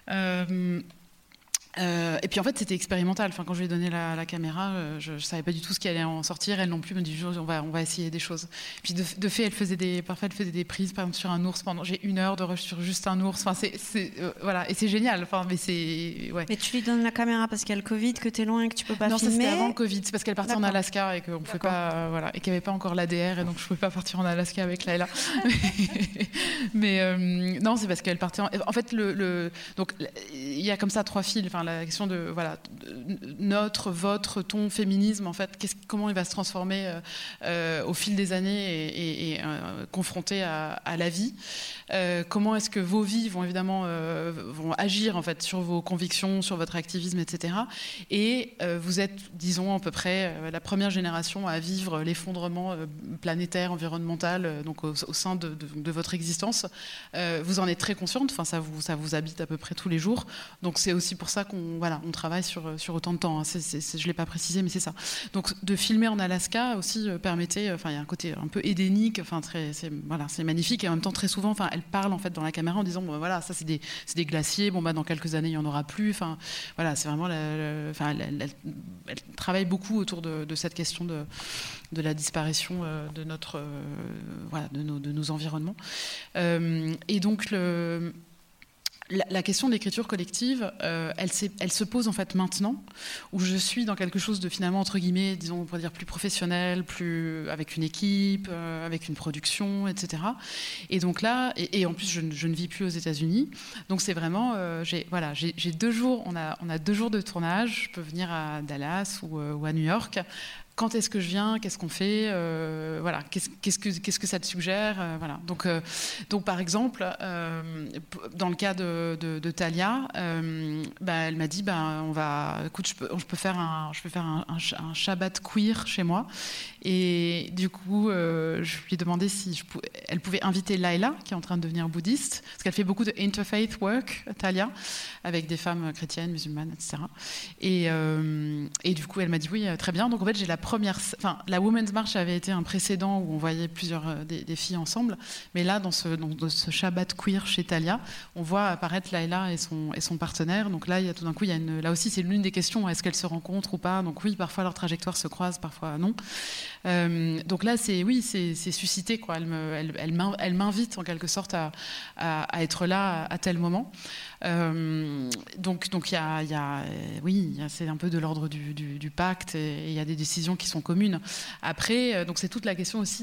Et puis en fait, c'était expérimental. Enfin, quand je lui ai donné la caméra, je savais pas du tout ce qui allait en sortir. Elle non plus me dit on va essayer des choses. Puis de fait, parfois elle faisait des prises, par exemple sur un ours. J'ai 1 heure de rush sur juste un ours. Enfin, voilà, et c'est génial. Enfin, mais c'est ouais. Mais tu lui donnes la caméra parce qu'il y a le Covid, que t'es loin et que tu peux pas filmer. Non, ça c'était avant le Covid. C'est parce qu'elle partait en Alaska et qu'on pouvait pas, voilà, et qu'il n'y avait pas encore l'ADR et donc je pouvais pas partir en Alaska avec Laila. mais non, c'est parce qu'elle partait. En fait, donc il y a comme ça 3 fils. Enfin, la question de votre, ton féminisme, en fait, comment il va se transformer au fil des années et confronté à la vie. Comment est-ce que vos vies vont évidemment vont agir en fait sur vos convictions, sur votre activisme, etc. Et vous êtes, disons, à peu près la première génération à vivre l'effondrement planétaire, environnemental, donc au sein de votre existence. Vous en êtes très consciente. Enfin, ça vous habite à peu près tous les jours. Donc c'est aussi pour ça qu'on travaille sur autant de temps. Hein. Je ne l'ai pas précisé, mais c'est ça. Donc, de filmer en Alaska aussi permettait... il y a un côté un peu édénique. C'est magnifique. Et en même temps, très souvent, elle parle en fait dans la caméra en disant ça, c'est des glaciers. Dans quelques années, il n'y en aura plus. C'est vraiment... elle travaille beaucoup autour de cette question de la disparition de notre... de nos environnements. Et donc, la question de l'écriture collective, elle se pose en fait maintenant, où je suis dans quelque chose de finalement entre guillemets, disons, on pourrait dire plus professionnel, plus avec une équipe, avec une production, etc. Et donc là, et en plus je ne vis plus aux États-Unis, donc c'est vraiment, j'ai 2 jours, on a 2 jours de tournage, je peux venir à Dallas ou à New York. Quand est-ce que je viens? Qu'est-ce qu'on fait? Voilà. Qu'est-ce que ça te suggère? Voilà. Donc par exemple, dans le cas de Thalia, elle m'a dit, écoute, je peux faire un Shabbat queer chez moi. Et du coup, je lui ai demandé si elle pouvait inviter Laila, qui est en train de devenir bouddhiste, parce qu'elle fait beaucoup de interfaith work, Thalia, avec des femmes chrétiennes, musulmanes, etc. Et du coup, elle m'a dit oui, très bien. Donc en fait, j'ai la Women's March avait été un précédent où on voyait plusieurs des filles ensemble, mais là, dans ce Shabbat queer chez Thalia, on voit apparaître Laila et son partenaire. Donc là, tout d'un coup, là aussi, c'est l'une des questions, est-ce qu'elles se rencontrent ou pas? Donc oui, parfois leurs trajectoires se croisent, parfois non. Donc là, c'est suscité, quoi. Elle m'invite en quelque sorte à être là à tel moment. Donc c'est un peu de l'ordre du pacte, et il y a des décisions qui sont communes. Après, donc c'est toute la question aussi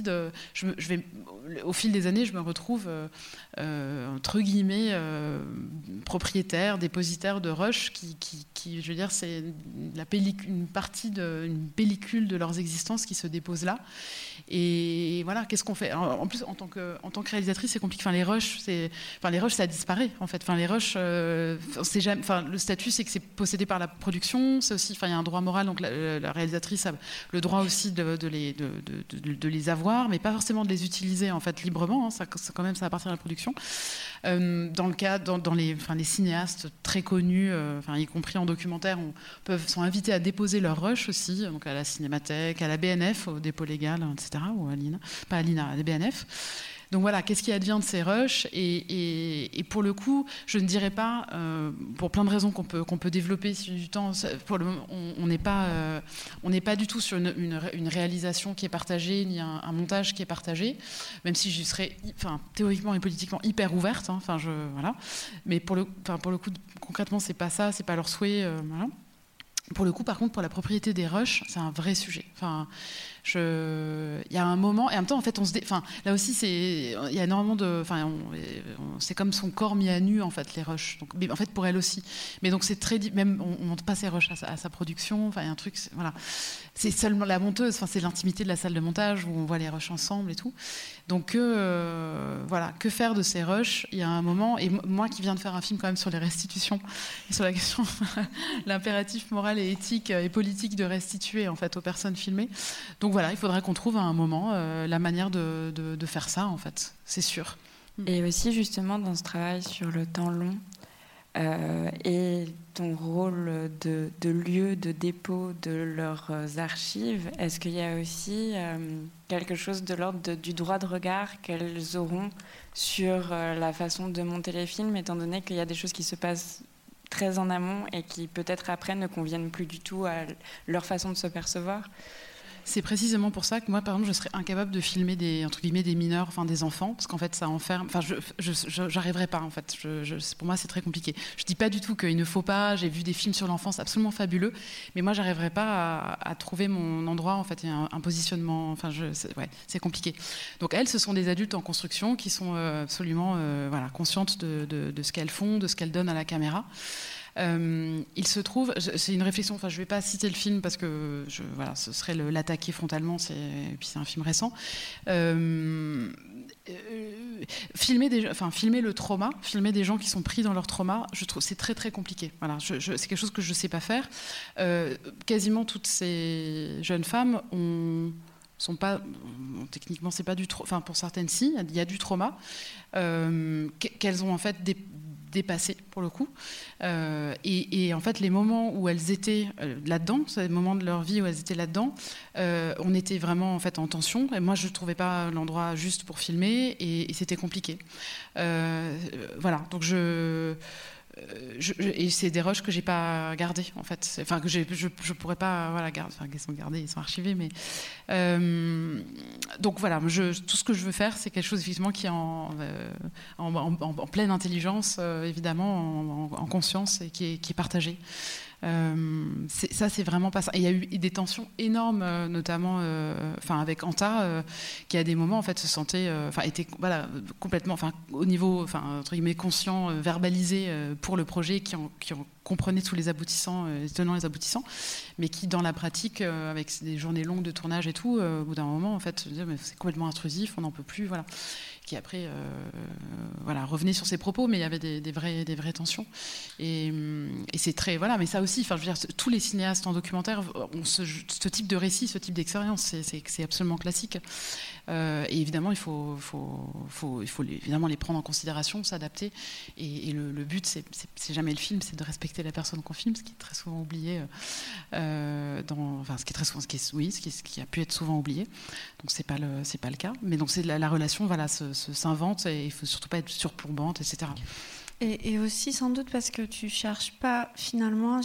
au fil des années, je me retrouve entre guillemets propriétaire, dépositaire de rushs qui, je veux dire, c'est une partie d'une pellicule de leurs existences qui se dépose là. Et voilà, qu'est-ce qu'on fait? En plus, en tant que réalisatrice, c'est compliqué. Les rushs, ça disparaît en fait. Les rushs, c'est jamais. Le statut, c'est que c'est possédé par la production. C'est aussi, il y a un droit moral, donc la réalisatrice a le droit aussi de les avoir, mais pas forcément de les utiliser en fait librement. Ça appartient à la production. Dans le cas, dans les cinéastes très connus, y compris en documentaire, sont invités à déposer leurs rushs aussi, donc à la Cinémathèque, à la BNF, au dépôt légal, etc., ou à l'INA, pas à l'INA, à la BNF. Donc voilà, qu'est-ce qui advient de ces rushs? Et pour le coup, je ne dirais pas, pour plein de raisons qu'on peut développer du temps, pour le moment, on n'est pas du tout sur une réalisation qui est partagée, ni un montage qui est partagé, même si je serais théoriquement et politiquement hyper ouverte. Voilà. Mais pour le coup, concrètement, c'est pas ça, c'est pas leur souhait. Voilà. Pour le coup, par contre, pour la propriété des rushs, c'est un vrai sujet. Il y a un moment, et en même temps, en fait, là aussi, il y a énormément de, c'est comme son corps mis à nu, en fait, les rushs. Donc, mais en fait, pour elle aussi. Mais donc, c'est très, même, on monte pas ses rushs à sa production. Il y a un truc, voilà. C'est seulement la monteuse. C'est l'intimité de la salle de montage où on voit les rushs ensemble et tout. Donc, voilà, que faire de ces rushs? Il y a un moment, et moi qui viens de faire un film quand même sur les restitutions et sur la question, l'impératif moral et éthique et politique de restituer en fait aux personnes filmées. Donc voilà, il faudrait qu'on trouve à un moment la manière de faire ça en fait, c'est sûr. Et aussi justement dans ce travail sur le temps long et ton rôle de lieu de dépôt de leurs archives, est-ce qu'il y a aussi quelque chose de l'ordre du droit de regard qu'elles auront sur la façon de monter les films, étant donné qu'il y a des choses qui se passent très en amont et qui peut-être après ne conviennent plus du tout à leur façon de se percevoir? C'est précisément pour ça que moi, par exemple, je serais incapable de filmer entre guillemets des mineurs, des enfants, parce qu'en fait, ça enferme. J'arriverais pas en fait. Pour moi, c'est très compliqué. Je dis pas du tout qu'il ne faut pas. J'ai vu des films sur l'enfance absolument fabuleux, mais moi, j'arriverais pas à trouver mon endroit en fait, et un positionnement. C'est compliqué. Donc elles, ce sont des adultes en construction qui sont absolument conscientes de ce qu'elles font, de ce qu'elles donnent à la caméra. Il se trouve, c'est une réflexion, je ne vais pas citer le film parce que ce serait l'attaquer frontalement, et puis c'est un film récent. Filmer le trauma, filmer des gens qui sont pris dans leur trauma, je trouve c'est très très compliqué. Voilà, c'est quelque chose que je ne sais pas faire. Quasiment toutes ces jeunes femmes sont pas techniquement, c'est pas du trauma. Pour certaines, si, il y a du trauma qu'elles ont en fait dépassées pour le coup, et en fait les moments où elles étaient là-dedans, ces moments de leur vie où elles étaient là-dedans, on était vraiment en fait en tension, et moi je trouvais pas l'endroit juste pour filmer, et c'était compliqué. Voilà, donc et c'est des rushs que j'ai pas gardés en fait, enfin que je pourrais pas garder, enfin qu'ils sont gardés, ils sont archivés, mais donc voilà, tout ce que je veux faire, c'est quelque chose effectivement qui est en pleine intelligence, évidemment, en conscience et qui est partagé. Ça, c'est vraiment pas ça. Et il y a eu des tensions énormes, notamment avec Anta, qui à des moments en fait se sentait, était complètement, au niveau, entre guillemets, conscient, verbalisé pour le projet, qui en comprenait tous les aboutissants, les tenants, les aboutissants, mais qui dans la pratique, avec des journées longues de tournage et tout, au bout d'un moment en fait, se disait, mais c'est complètement intrusif, on n'en peut plus, voilà. Qui après revenait sur ses propos, mais il y avait des vraies tensions, et c'est très, mais ça aussi, je veux dire, tous les cinéastes en documentaire ont ce type de récit, ce type d'expérience, c'est absolument classique, et évidemment il faut évidemment les prendre en considération, s'adapter, et le but c'est jamais le film, c'est de respecter la personne qu'on filme, ce qui est très souvent oublié ce qui a pu être souvent oublié, donc c'est pas le cas, mais donc c'est la relation s'invente, et il faut surtout pas être surplombante, etc. Et aussi sans doute parce que tu cherches pas finalement,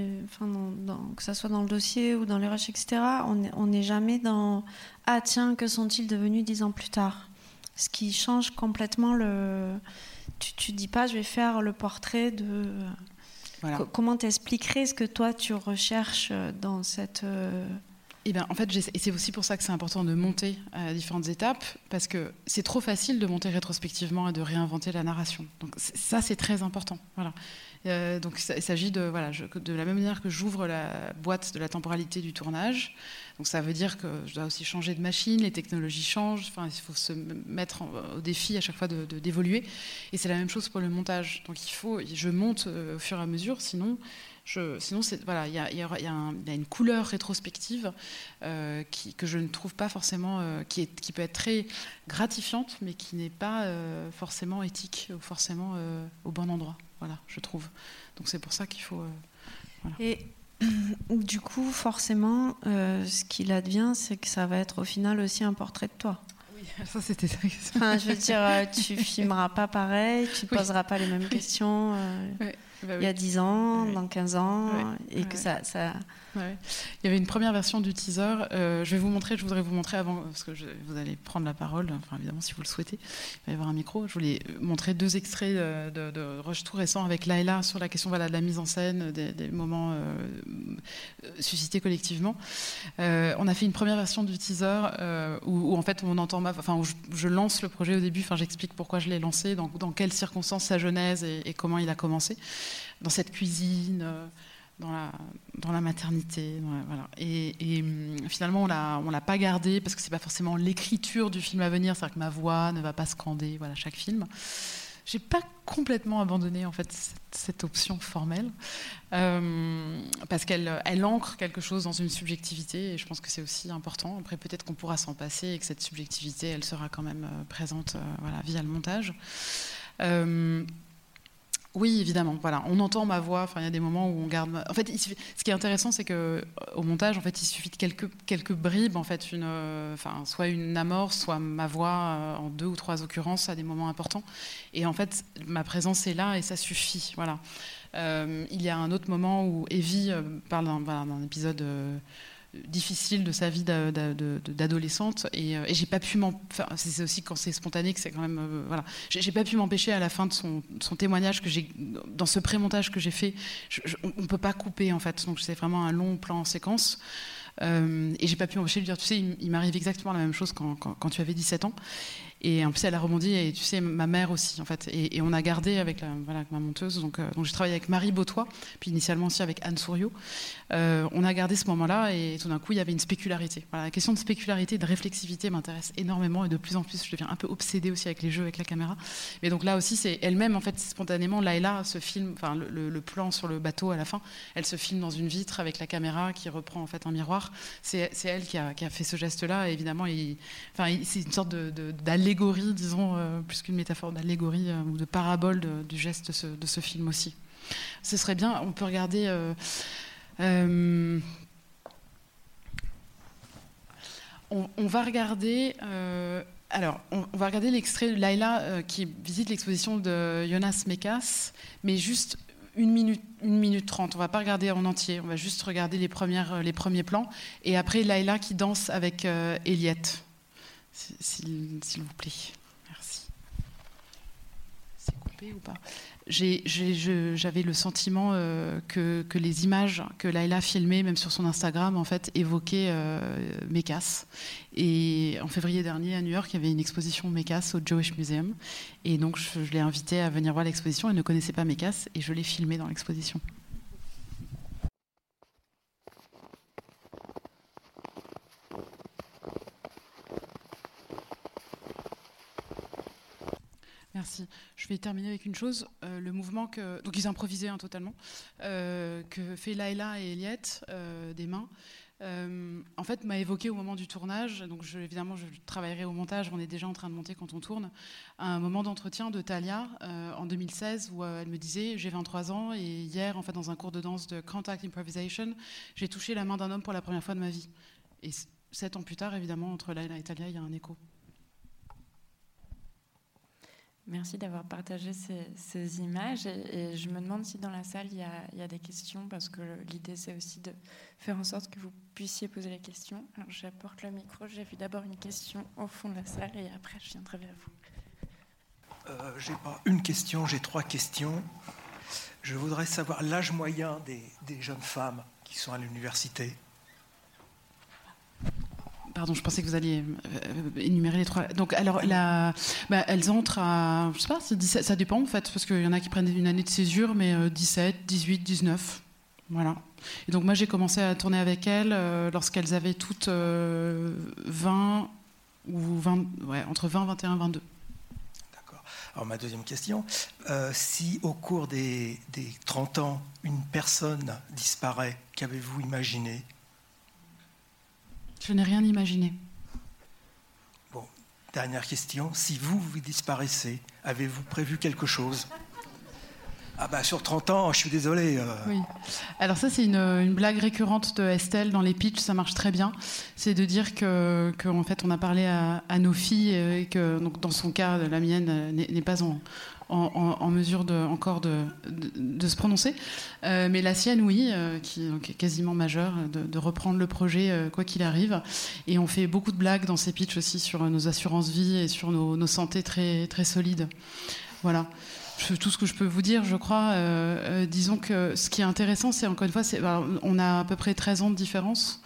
que ça soit dans le dossier ou dans les rushs, etc., on n'est jamais dans « Ah tiens, que sont-ils devenus 10 ans plus tard ?» Ce qui change complètement Tu dis pas « Je vais faire le portrait de… » Voilà. Comment t'expliquerais ce que toi tu recherches dans cette… Eh bien, en fait, et c'est aussi pour ça que c'est important de monter à différentes étapes, parce que c'est trop facile de monter rétrospectivement et de réinventer la narration. Donc ça, c'est très important. Voilà. Donc il s'agit de la même manière que j'ouvre la boîte de la temporalité du tournage. Donc ça veut dire que je dois aussi changer de machine, les technologies changent. Enfin, il faut se mettre au défi à chaque fois d'évoluer. Et c'est la même chose pour le montage. Donc je monte au fur et à mesure, sinon il y a une couleur rétrospective que je ne trouve pas forcément, qui peut être très gratifiante, mais qui n'est pas forcément éthique ou forcément au bon endroit. Voilà, je trouve. Donc c'est pour ça qu'il faut. Voilà. Et du coup, forcément, ce qu'il advient, c'est que ça va être au final aussi un portrait de toi. Oui, ça c'était ça. Enfin, je veux dire, tu filmeras pas pareil, tu ne poseras pas les mêmes questions. Ouais. Il y a 10 ans, dans 15 ans, et que ça... Ouais. Il y avait une première version du teaser. Je voudrais vous montrer avant, parce que vous allez prendre la parole, évidemment si vous le souhaitez, il va y avoir un micro. Je voulais montrer 2 extraits de Rush tout récents avec Laila sur la question de la mise en scène, des moments suscités collectivement. On a fait une première version du teaser où en fait on entend où je lance le projet au début, j'explique pourquoi je l'ai lancé, dans quelles circonstances sa genèse et comment il a commencé, dans cette cuisine, dans la maternité, voilà. Et finalement on l'a pas gardé parce que c'est pas forcément l'écriture du film à venir, c'est-à-dire que ma voix ne va pas scander chaque film. J'ai pas complètement abandonné en fait cette option formelle parce qu'elle ancre quelque chose dans une subjectivité, et je pense que c'est aussi important. Après peut-être qu'on pourra s'en passer et que cette subjectivité elle sera quand même présente via le montage. Oui, évidemment. Voilà, on entend ma voix. Il y a des moments où on garde. En fait, ce qui est intéressant, c'est que au montage, en fait, il suffit de quelques bribes. En fait, soit une amorce, soit ma voix en 2 ou 3 occurrences à des moments importants. Et en fait, ma présence est là et ça suffit. Voilà. Il y a un autre moment où Evie parle d'un épisode difficile de sa vie d'adolescente, et j'ai pas pu c'est aussi quand c'est spontané que c'est quand même j'ai pas pu m'empêcher à la fin de son témoignage, que j'ai dans ce pré-montage que j'ai fait, on peut pas couper en fait, donc c'est vraiment un long plan en séquence, et j'ai pas pu m'empêcher de lui dire, tu sais, il m'arrive exactement la même chose quand tu avais 17 ans. Et en plus, elle a rebondi, et tu sais, ma mère aussi, en fait. Et on a gardé avec ma monteuse. Donc j'ai travaillé avec Marie Beautois, puis initialement aussi avec Anne Souriau. On a gardé ce moment-là, et tout d'un coup, il y avait une spécularité. Voilà, la question de spécularité, de réflexivité m'intéresse énormément, et de plus en plus, je deviens un peu obsédée aussi avec les jeux, avec la caméra. Mais donc là aussi, c'est elle-même, en fait, spontanément, Laila se filme, le plan sur le bateau à la fin, elle se filme dans une vitre avec la caméra qui reprend en fait un miroir. C'est elle qui a fait ce geste-là, et évidemment, c'est une sorte d'allégorie, disons, plus qu'une métaphore, d'allégorie ou de parabole du geste de ce film aussi. Ce serait bien, on peut regarder... on va regarder Alors, on va regarder l'extrait de Laila qui visite l'exposition de Jonas Mekas, mais juste 1 minute 30. On ne va pas regarder en entier, on va juste regarder les premiers plans. Et après, Laila qui danse avec Elliot. S'il vous plaît. Merci. C'est coupé ou pas ? J'avais le sentiment que les images que Laila filmait, même sur son Instagram, en fait, évoquaient Mekas. Et en février dernier, à New York, il y avait une exposition Mekas au Jewish Museum. Et donc, je l'ai invitée à venir voir l'exposition. Elle ne connaissait pas Mekas et je l'ai filmée dans l'exposition. Merci. Je vais terminer avec une chose. Le mouvement donc ils improvisaient totalement, que fait Laila et Elliot des mains, en fait m'a évoqué au moment du tournage. Donc évidemment je travaillerai au montage. On est déjà en train de monter quand on tourne. Un moment d'entretien de Talia en 2016 où elle me disait j'ai 23 ans et hier en fait dans un cours de danse de Contact Improvisation j'ai touché la main d'un homme pour la première fois de ma vie. Et 7 ans plus tard évidemment entre Laila et Talia il y a un écho. Merci d'avoir partagé ces images et je me demande si dans la salle il y a des questions parce que l'idée c'est aussi de faire en sorte que vous puissiez poser les questions. Alors j'apporte le micro, j'ai vu d'abord une question au fond de la salle et après je viendrai vers vous. J'ai pas une question, j'ai 3 questions. Je voudrais savoir l'âge moyen des jeunes femmes qui sont à l'université. Pardon, je pensais que vous alliez énumérer les 3. Donc, alors, elles entrent à, je sais pas, 17, ça dépend en fait, parce qu'il y en a qui prennent une année de césure, mais 17, 18, 19, voilà. Et donc moi, j'ai commencé à tourner avec elles lorsqu'elles avaient toutes 20 ou 20, ouais, entre 20, 21, 22. D'accord. Alors ma deuxième question, si au cours des 30 ans, une personne disparaît, qu'avez-vous imaginé ? Je n'ai rien imaginé. Bon, dernière question. Si vous disparaissez, avez-vous prévu quelque chose ? Ah bah sur 30 ans, je suis désolé. Oui. Alors ça, c'est une blague récurrente de Estelle dans les pitchs, ça marche très bien. C'est de dire que en fait, on a parlé à nos filles et que donc, dans son cas, la mienne n'est pas en mesure encore de se prononcer. Mais la sienne, oui, qui est quasiment majeure, de reprendre le projet quoi qu'il arrive. Et on fait beaucoup de blagues dans ces pitchs aussi sur nos assurances vie et sur nos santé très, très solides. Voilà. Tout ce que je peux vous dire, je crois, disons que ce qui est intéressant, c'est encore une fois, on a à peu près 13 ans de différence.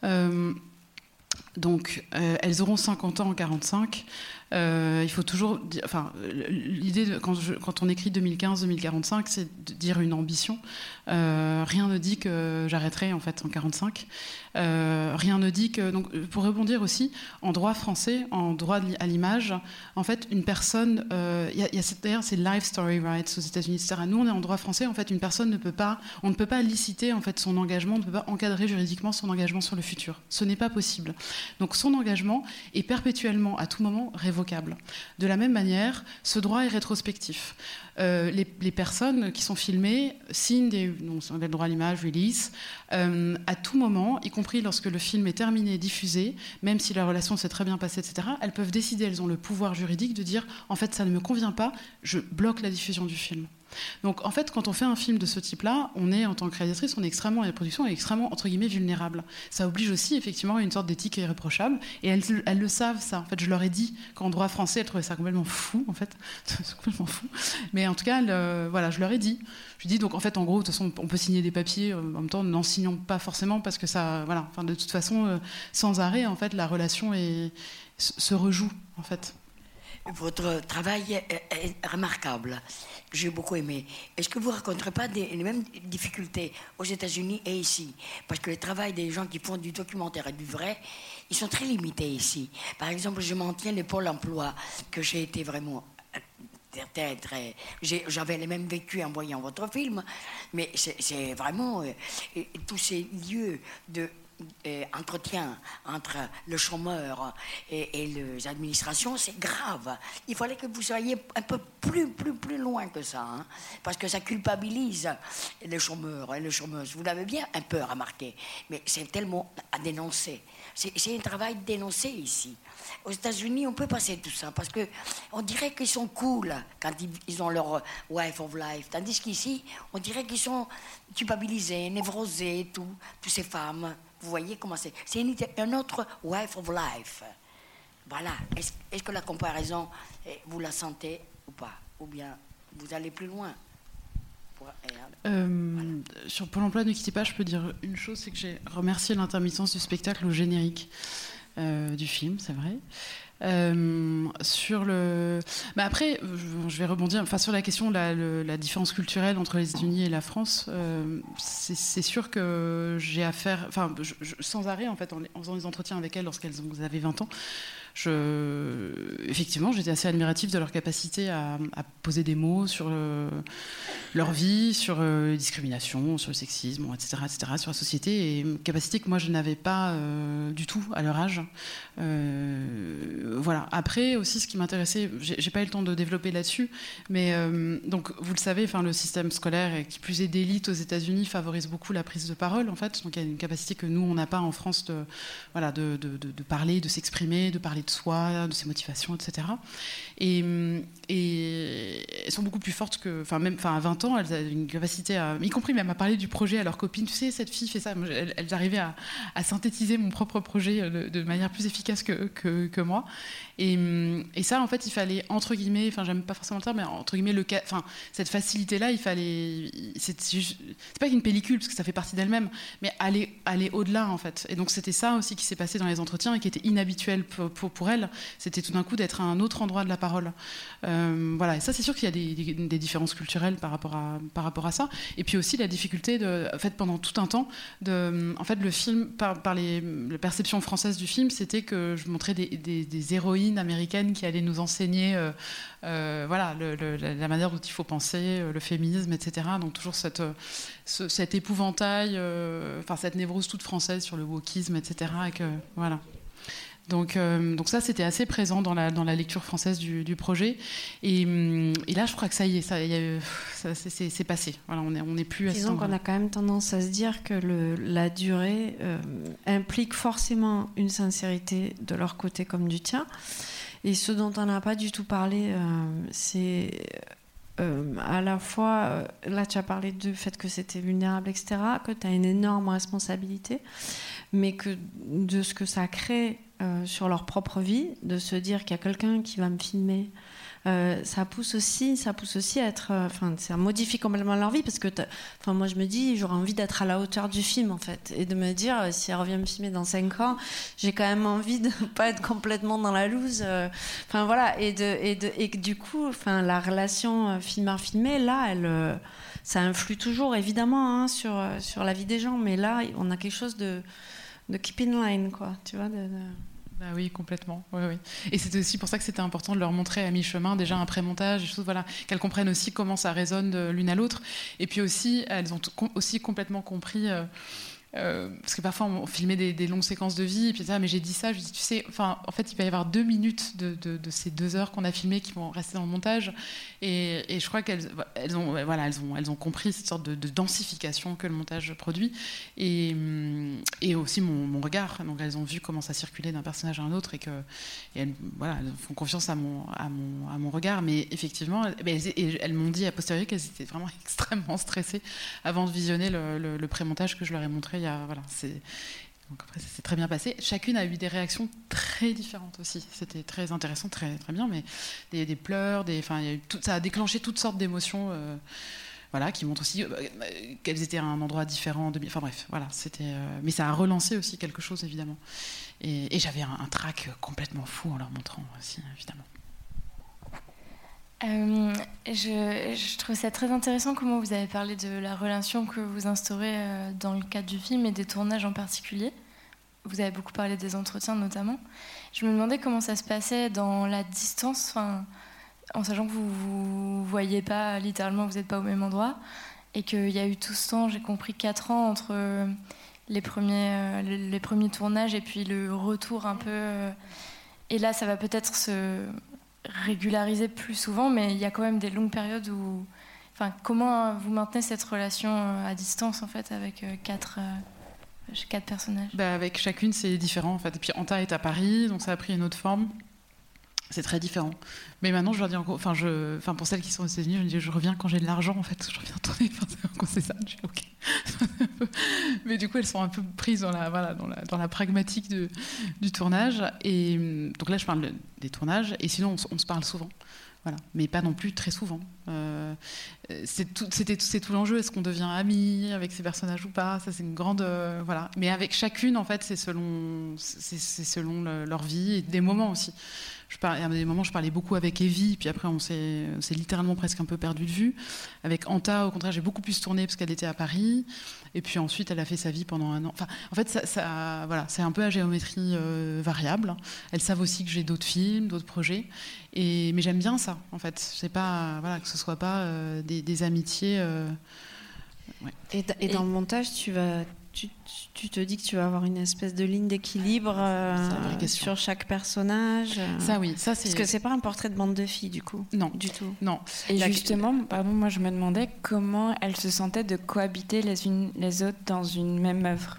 Donc, elles auront 50 ans en 45. Il faut toujours dire, enfin, l'idée quand on écrit 2015-2045, c'est de dire une ambition. Rien ne dit que j'arrêterai en fait en 45. Rien ne dit que, donc, pour rebondir aussi, en droit français, en droit à l'image, en fait, une personne, d'ailleurs, c'est life story rights aux États-Unis, etc. Nous, on est en droit français, en fait, une personne ne peut pas liciter en fait son engagement, ne peut pas encadrer juridiquement son engagement sur le futur. Ce n'est pas possible. Donc, son engagement est perpétuellement, à tout moment, révocable. De la même manière, ce droit est rétrospectif. Les personnes qui sont filmées signent le droit à l'image, release, à tout moment, y compris lorsque le film est terminé, diffusé, même si la relation s'est très bien passée, etc., elles peuvent décider, elles ont le pouvoir juridique de dire « en fait, ça ne me convient pas, je bloque la diffusion du film ». Donc en fait, quand on fait un film de ce type-là, on est, en tant que réalisatrice, la production est extrêmement, entre guillemets, vulnérable. Ça oblige aussi, effectivement, à une sorte d'éthique irréprochable, et elles le savent, ça. En fait, je leur ai dit qu'en droit français, elles trouvaient ça complètement fou, en fait. C'est complètement fou. Mais en tout cas, voilà, je leur ai dit. Je dis donc, en fait, en gros, de toute façon, on peut signer des papiers, en même temps, n'en signons pas forcément, parce que ça, voilà, enfin, de toute façon, sans arrêt, en fait, la relation se rejoue, en fait. Votre travail est remarquable. J'ai beaucoup aimé. Est-ce que vous ne rencontrez pas les mêmes difficultés aux États-Unis et ici ? Parce que le travail des gens qui font du documentaire et du vrai, ils sont très limités ici. Par exemple, je m'en tiens le Pôle emploi, que j'ai été vraiment très... J'avais les mêmes vécus en voyant votre film, mais c'est vraiment... tous ces lieux entretien entre le chômeur et les administrations, c'est grave. Il fallait que vous soyez un peu plus loin que ça, hein, parce que ça culpabilise les chômeurs et les chômeuses. Vous l'avez bien un peu remarqué, mais c'est tellement à dénoncer. C'est un travail dénoncé ici. Aux États-Unis, on peut passer tout ça, parce qu'on dirait qu'ils sont cool quand ils ont leur wife of life, tandis qu'ici, on dirait qu'ils sont culpabilisés, névrosés, toutes ces femmes. Vous voyez comment c'est. C'est un autre wife of life. Voilà. Est-ce que la comparaison, vous la sentez ou pas? Ou bien vous allez plus loin? Voilà. Sur Pôle emploi, ne quittez pas, je peux dire une chose, c'est que j'ai remercié l'intermittence du spectacle au générique du film, c'est vrai. Sur le... après, je vais rebondir sur la question de la différence culturelle entre les États-Unis et la France. C'est sûr que j'ai affaire... sans arrêt, en fait, en faisant des entretiens avec elles lorsqu'elles avaient 20 ans, effectivement, j'étais assez admirative de leur capacité à poser des mots sur leur vie, sur les discriminations, sur le sexisme, etc., sur la société, et une capacité que moi je n'avais pas du tout à leur âge. Voilà. Après aussi, ce qui m'intéressait, j'ai pas eu le temps de développer là-dessus, mais donc vous le savez, le système scolaire, et qui plus est d'élite aux États-Unis, favorise beaucoup la prise de parole, en fait. Donc il y a une capacité que nous on n'a pas en France de parler, de s'exprimer, de parler de soi, de ses motivations, etc. Et elles sont beaucoup plus fortes que... à 20 ans, elles avaient une capacité y compris même à parler du projet à leurs copines. Tu sais, cette fille fait ça. Elles arrivaient à synthétiser mon propre projet de manière plus efficace que moi. Et ça, en fait, il fallait, entre guillemets, j'aime pas forcément le terme, mais entre guillemets, cette facilité-là, il fallait... C'est pas qu'une pellicule, parce que ça fait partie d'elle-même, mais aller au-delà, en fait. Et donc, c'était ça aussi qui s'est passé dans les entretiens et qui était inhabituel pour elle. C'était tout d'un coup d'être à un autre endroit de la parole. Voilà. Et ça, c'est sûr qu'il y a des différences culturelles par rapport à ça. Et puis aussi, la difficulté, en fait, pendant tout un temps, en fait, le film, par la perception française du film, c'était que je montrais des héroïnes américaines qui allaient nous enseigner la manière dont il faut penser, le féminisme, etc. Donc toujours cet épouvantail, cette névrose toute française sur le wokisme, etc. Voilà. Donc ça, c'était assez présent dans la lecture française du projet. Et là, je crois que ça y est, c'est passé. Voilà, on n'est plus à ce Disons qu'on a quand même tendance à se dire que la durée implique forcément une sincérité de leur côté comme du tien. Et ce dont on n'a pas du tout parlé, c'est... à la fois, là tu as parlé du fait que c'était vulnérable, etc., que tu as une énorme responsabilité, mais que de ce que ça crée sur leur propre vie, de se dire qu'il y a quelqu'un qui va me filmer, ça pousse aussi à être... ça modifie complètement leur vie, parce que moi je me dis, j'aurais envie d'être à la hauteur du film, en fait, et de me dire, si elle revient me filmer dans 5 ans, j'ai quand même envie de ne pas être complètement dans la loose. Voilà, et que du coup, la relation filmeur-filmé, là, ça influe toujours, évidemment, hein, sur la vie des gens, mais là, on a quelque chose de keep in line, quoi, tu vois, Bah oui, complètement. Oui. Et c'était aussi pour ça que c'était important de leur montrer à mi-chemin, déjà un pré-montage, des choses, qu'elles comprennent aussi comment ça résonne de l'une à l'autre. Et puis aussi, elles ont aussi complètement compris... parce que parfois on filmait des longues séquences de vie et puis mais j'ai dit ça, je dis tu sais, en fait il va y avoir 2 minutes de ces 2 heures qu'on a filmées qui vont rester dans le montage et je crois qu'elles ont compris cette sorte de densification que le montage produit et aussi mon regard. Donc elles ont vu comment ça circulait d'un personnage à un autre et elles font confiance à mon regard, mais effectivement elles m'ont dit a posteriori qu'elles étaient vraiment extrêmement stressées avant de visionner le pré-montage que je leur ai montré. Donc après, ça s'est très bien passé. Chacune a eu des réactions très différentes aussi. C'était très intéressant, très, très bien, mais des pleurs, ça a déclenché toutes sortes d'émotions qui montrent aussi qu'elles étaient à un endroit différent. Mais ça a relancé aussi quelque chose, évidemment. Et j'avais un trac complètement fou en leur montrant aussi, évidemment. Je trouve ça très intéressant comment vous avez parlé de la relation que vous instaurez dans le cadre du film et des tournages en particulier. Vous avez beaucoup parlé des entretiens notamment. Je me demandais comment ça se passait dans la distance, en sachant que vous ne voyez pas littéralement, vous n'êtes pas au même endroit et qu'il y a eu tout ce temps, j'ai compris 4 ans entre les premiers tournages et puis le retour un peu. Et là, ça va peut-être se régulariser plus souvent, mais il y a quand même des longues périodes où. Enfin, comment vous maintenez cette relation à distance en fait avec quatre personnages? Avec chacune, c'est différent en fait. Et puis Anta est à Paris, donc ça a pris une autre forme. C'est très différent. Mais maintenant, je leur dis encore, pour celles qui sont aux États-Unis, je dis, je reviens quand j'ai de l'argent, en fait, je reviens tourner. C'est ça, je dis ok. Mais du coup, elles sont un peu prises dans la pragmatique du tournage. Et donc là, je parle des tournages, et sinon, on se parle souvent. Voilà. Mais pas non plus très souvent. C'est tout l'enjeu. Est-ce qu'on devient amis avec ces personnages ou pas? Ça, c'est une grande voilà. Mais avec chacune, en fait, c'est selon leur vie et des moments aussi. À des moments, je parlais beaucoup avec Evie, puis après, on s'est littéralement presque un peu perdu de vue. Avec Anta, au contraire, j'ai beaucoup plus tourné parce qu'elle était à Paris. Et puis ensuite, elle a fait sa vie pendant 1 an. Enfin, en fait, voilà, c'est un peu à géométrie variable. Elles savent aussi que j'ai d'autres films, d'autres projets. Mais j'aime bien ça, en fait. C'est pas, voilà, que ce soit pas des amitiés. Ouais. Et dans le montage, tu te dis que tu vas avoir une espèce de ligne d'équilibre sur chaque personnage. Ça, oui. Ça, c'est... Parce que c'est pas un portrait de bande de filles, du coup. Non. Du tout. Non. Et justement, moi, je me demandais comment elles se sentaient de cohabiter les unes les autres dans une même œuvre.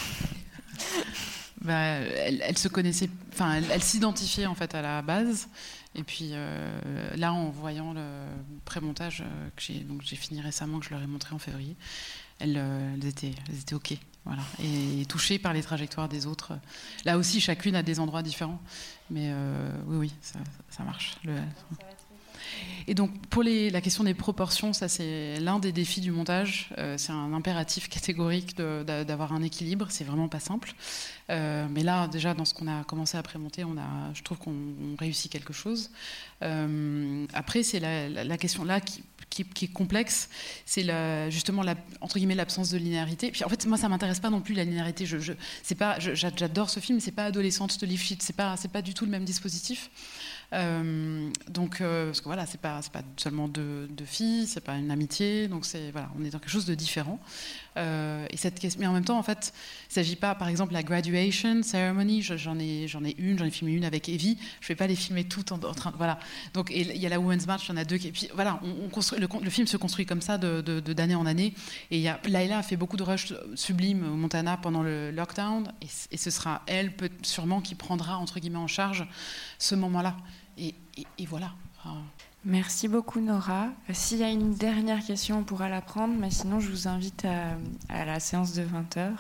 Elles se connaissaient... Enfin, elles s'identifiaient, en fait, à la base. Et puis là, en voyant le pré-montage que j'ai fini récemment, que je leur ai montré en février, elles étaient OK. Voilà. Et touchées par les trajectoires des autres. Là aussi, chacune a des endroits différents. Mais oui, ça marche. Et donc, pour la question des proportions, ça c'est l'un des défis du montage. C'est un impératif catégorique d'avoir un équilibre. C'est vraiment pas simple. Mais là, déjà, dans ce qu'on a commencé à prémonter, je trouve qu'on réussit quelque chose. Après, c'est la question là qui est complexe, c'est justement entre guillemets l'absence de linéarité. Puis en fait, moi, ça m'intéresse pas non plus la linéarité. J'adore ce film, c'est pas Adolescente de Lifshitz, c'est pas du tout le même dispositif. Parce que voilà, c'est pas seulement deux filles, c'est pas une amitié, donc on est dans quelque chose de différent. Mais en même temps, en fait, il s'agit pas, par exemple, la graduation ceremony, j'en ai filmé une avec Evie, je vais pas les filmer toutes en train, voilà. Donc il y a la Women's March, il y en a 2 et puis voilà, on construit, le film se construit comme ça d'année en année. Et Laila a fait beaucoup de rushs sublimes au Montana pendant le lockdown, et ce sera elle sûrement qui prendra entre guillemets en charge ce moment-là. Et voilà. Merci beaucoup, Nora. S'il y a une dernière question, on pourra la prendre, mais sinon, je vous invite à la séance de 20h.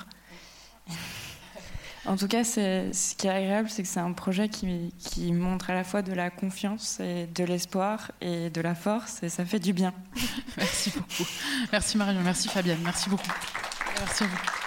En tout cas, ce qui est agréable, c'est que c'est un projet qui montre à la fois de la confiance et de l'espoir et de la force, et ça fait du bien. Merci beaucoup. Merci Marion, merci Fabienne, merci beaucoup. Merci à vous.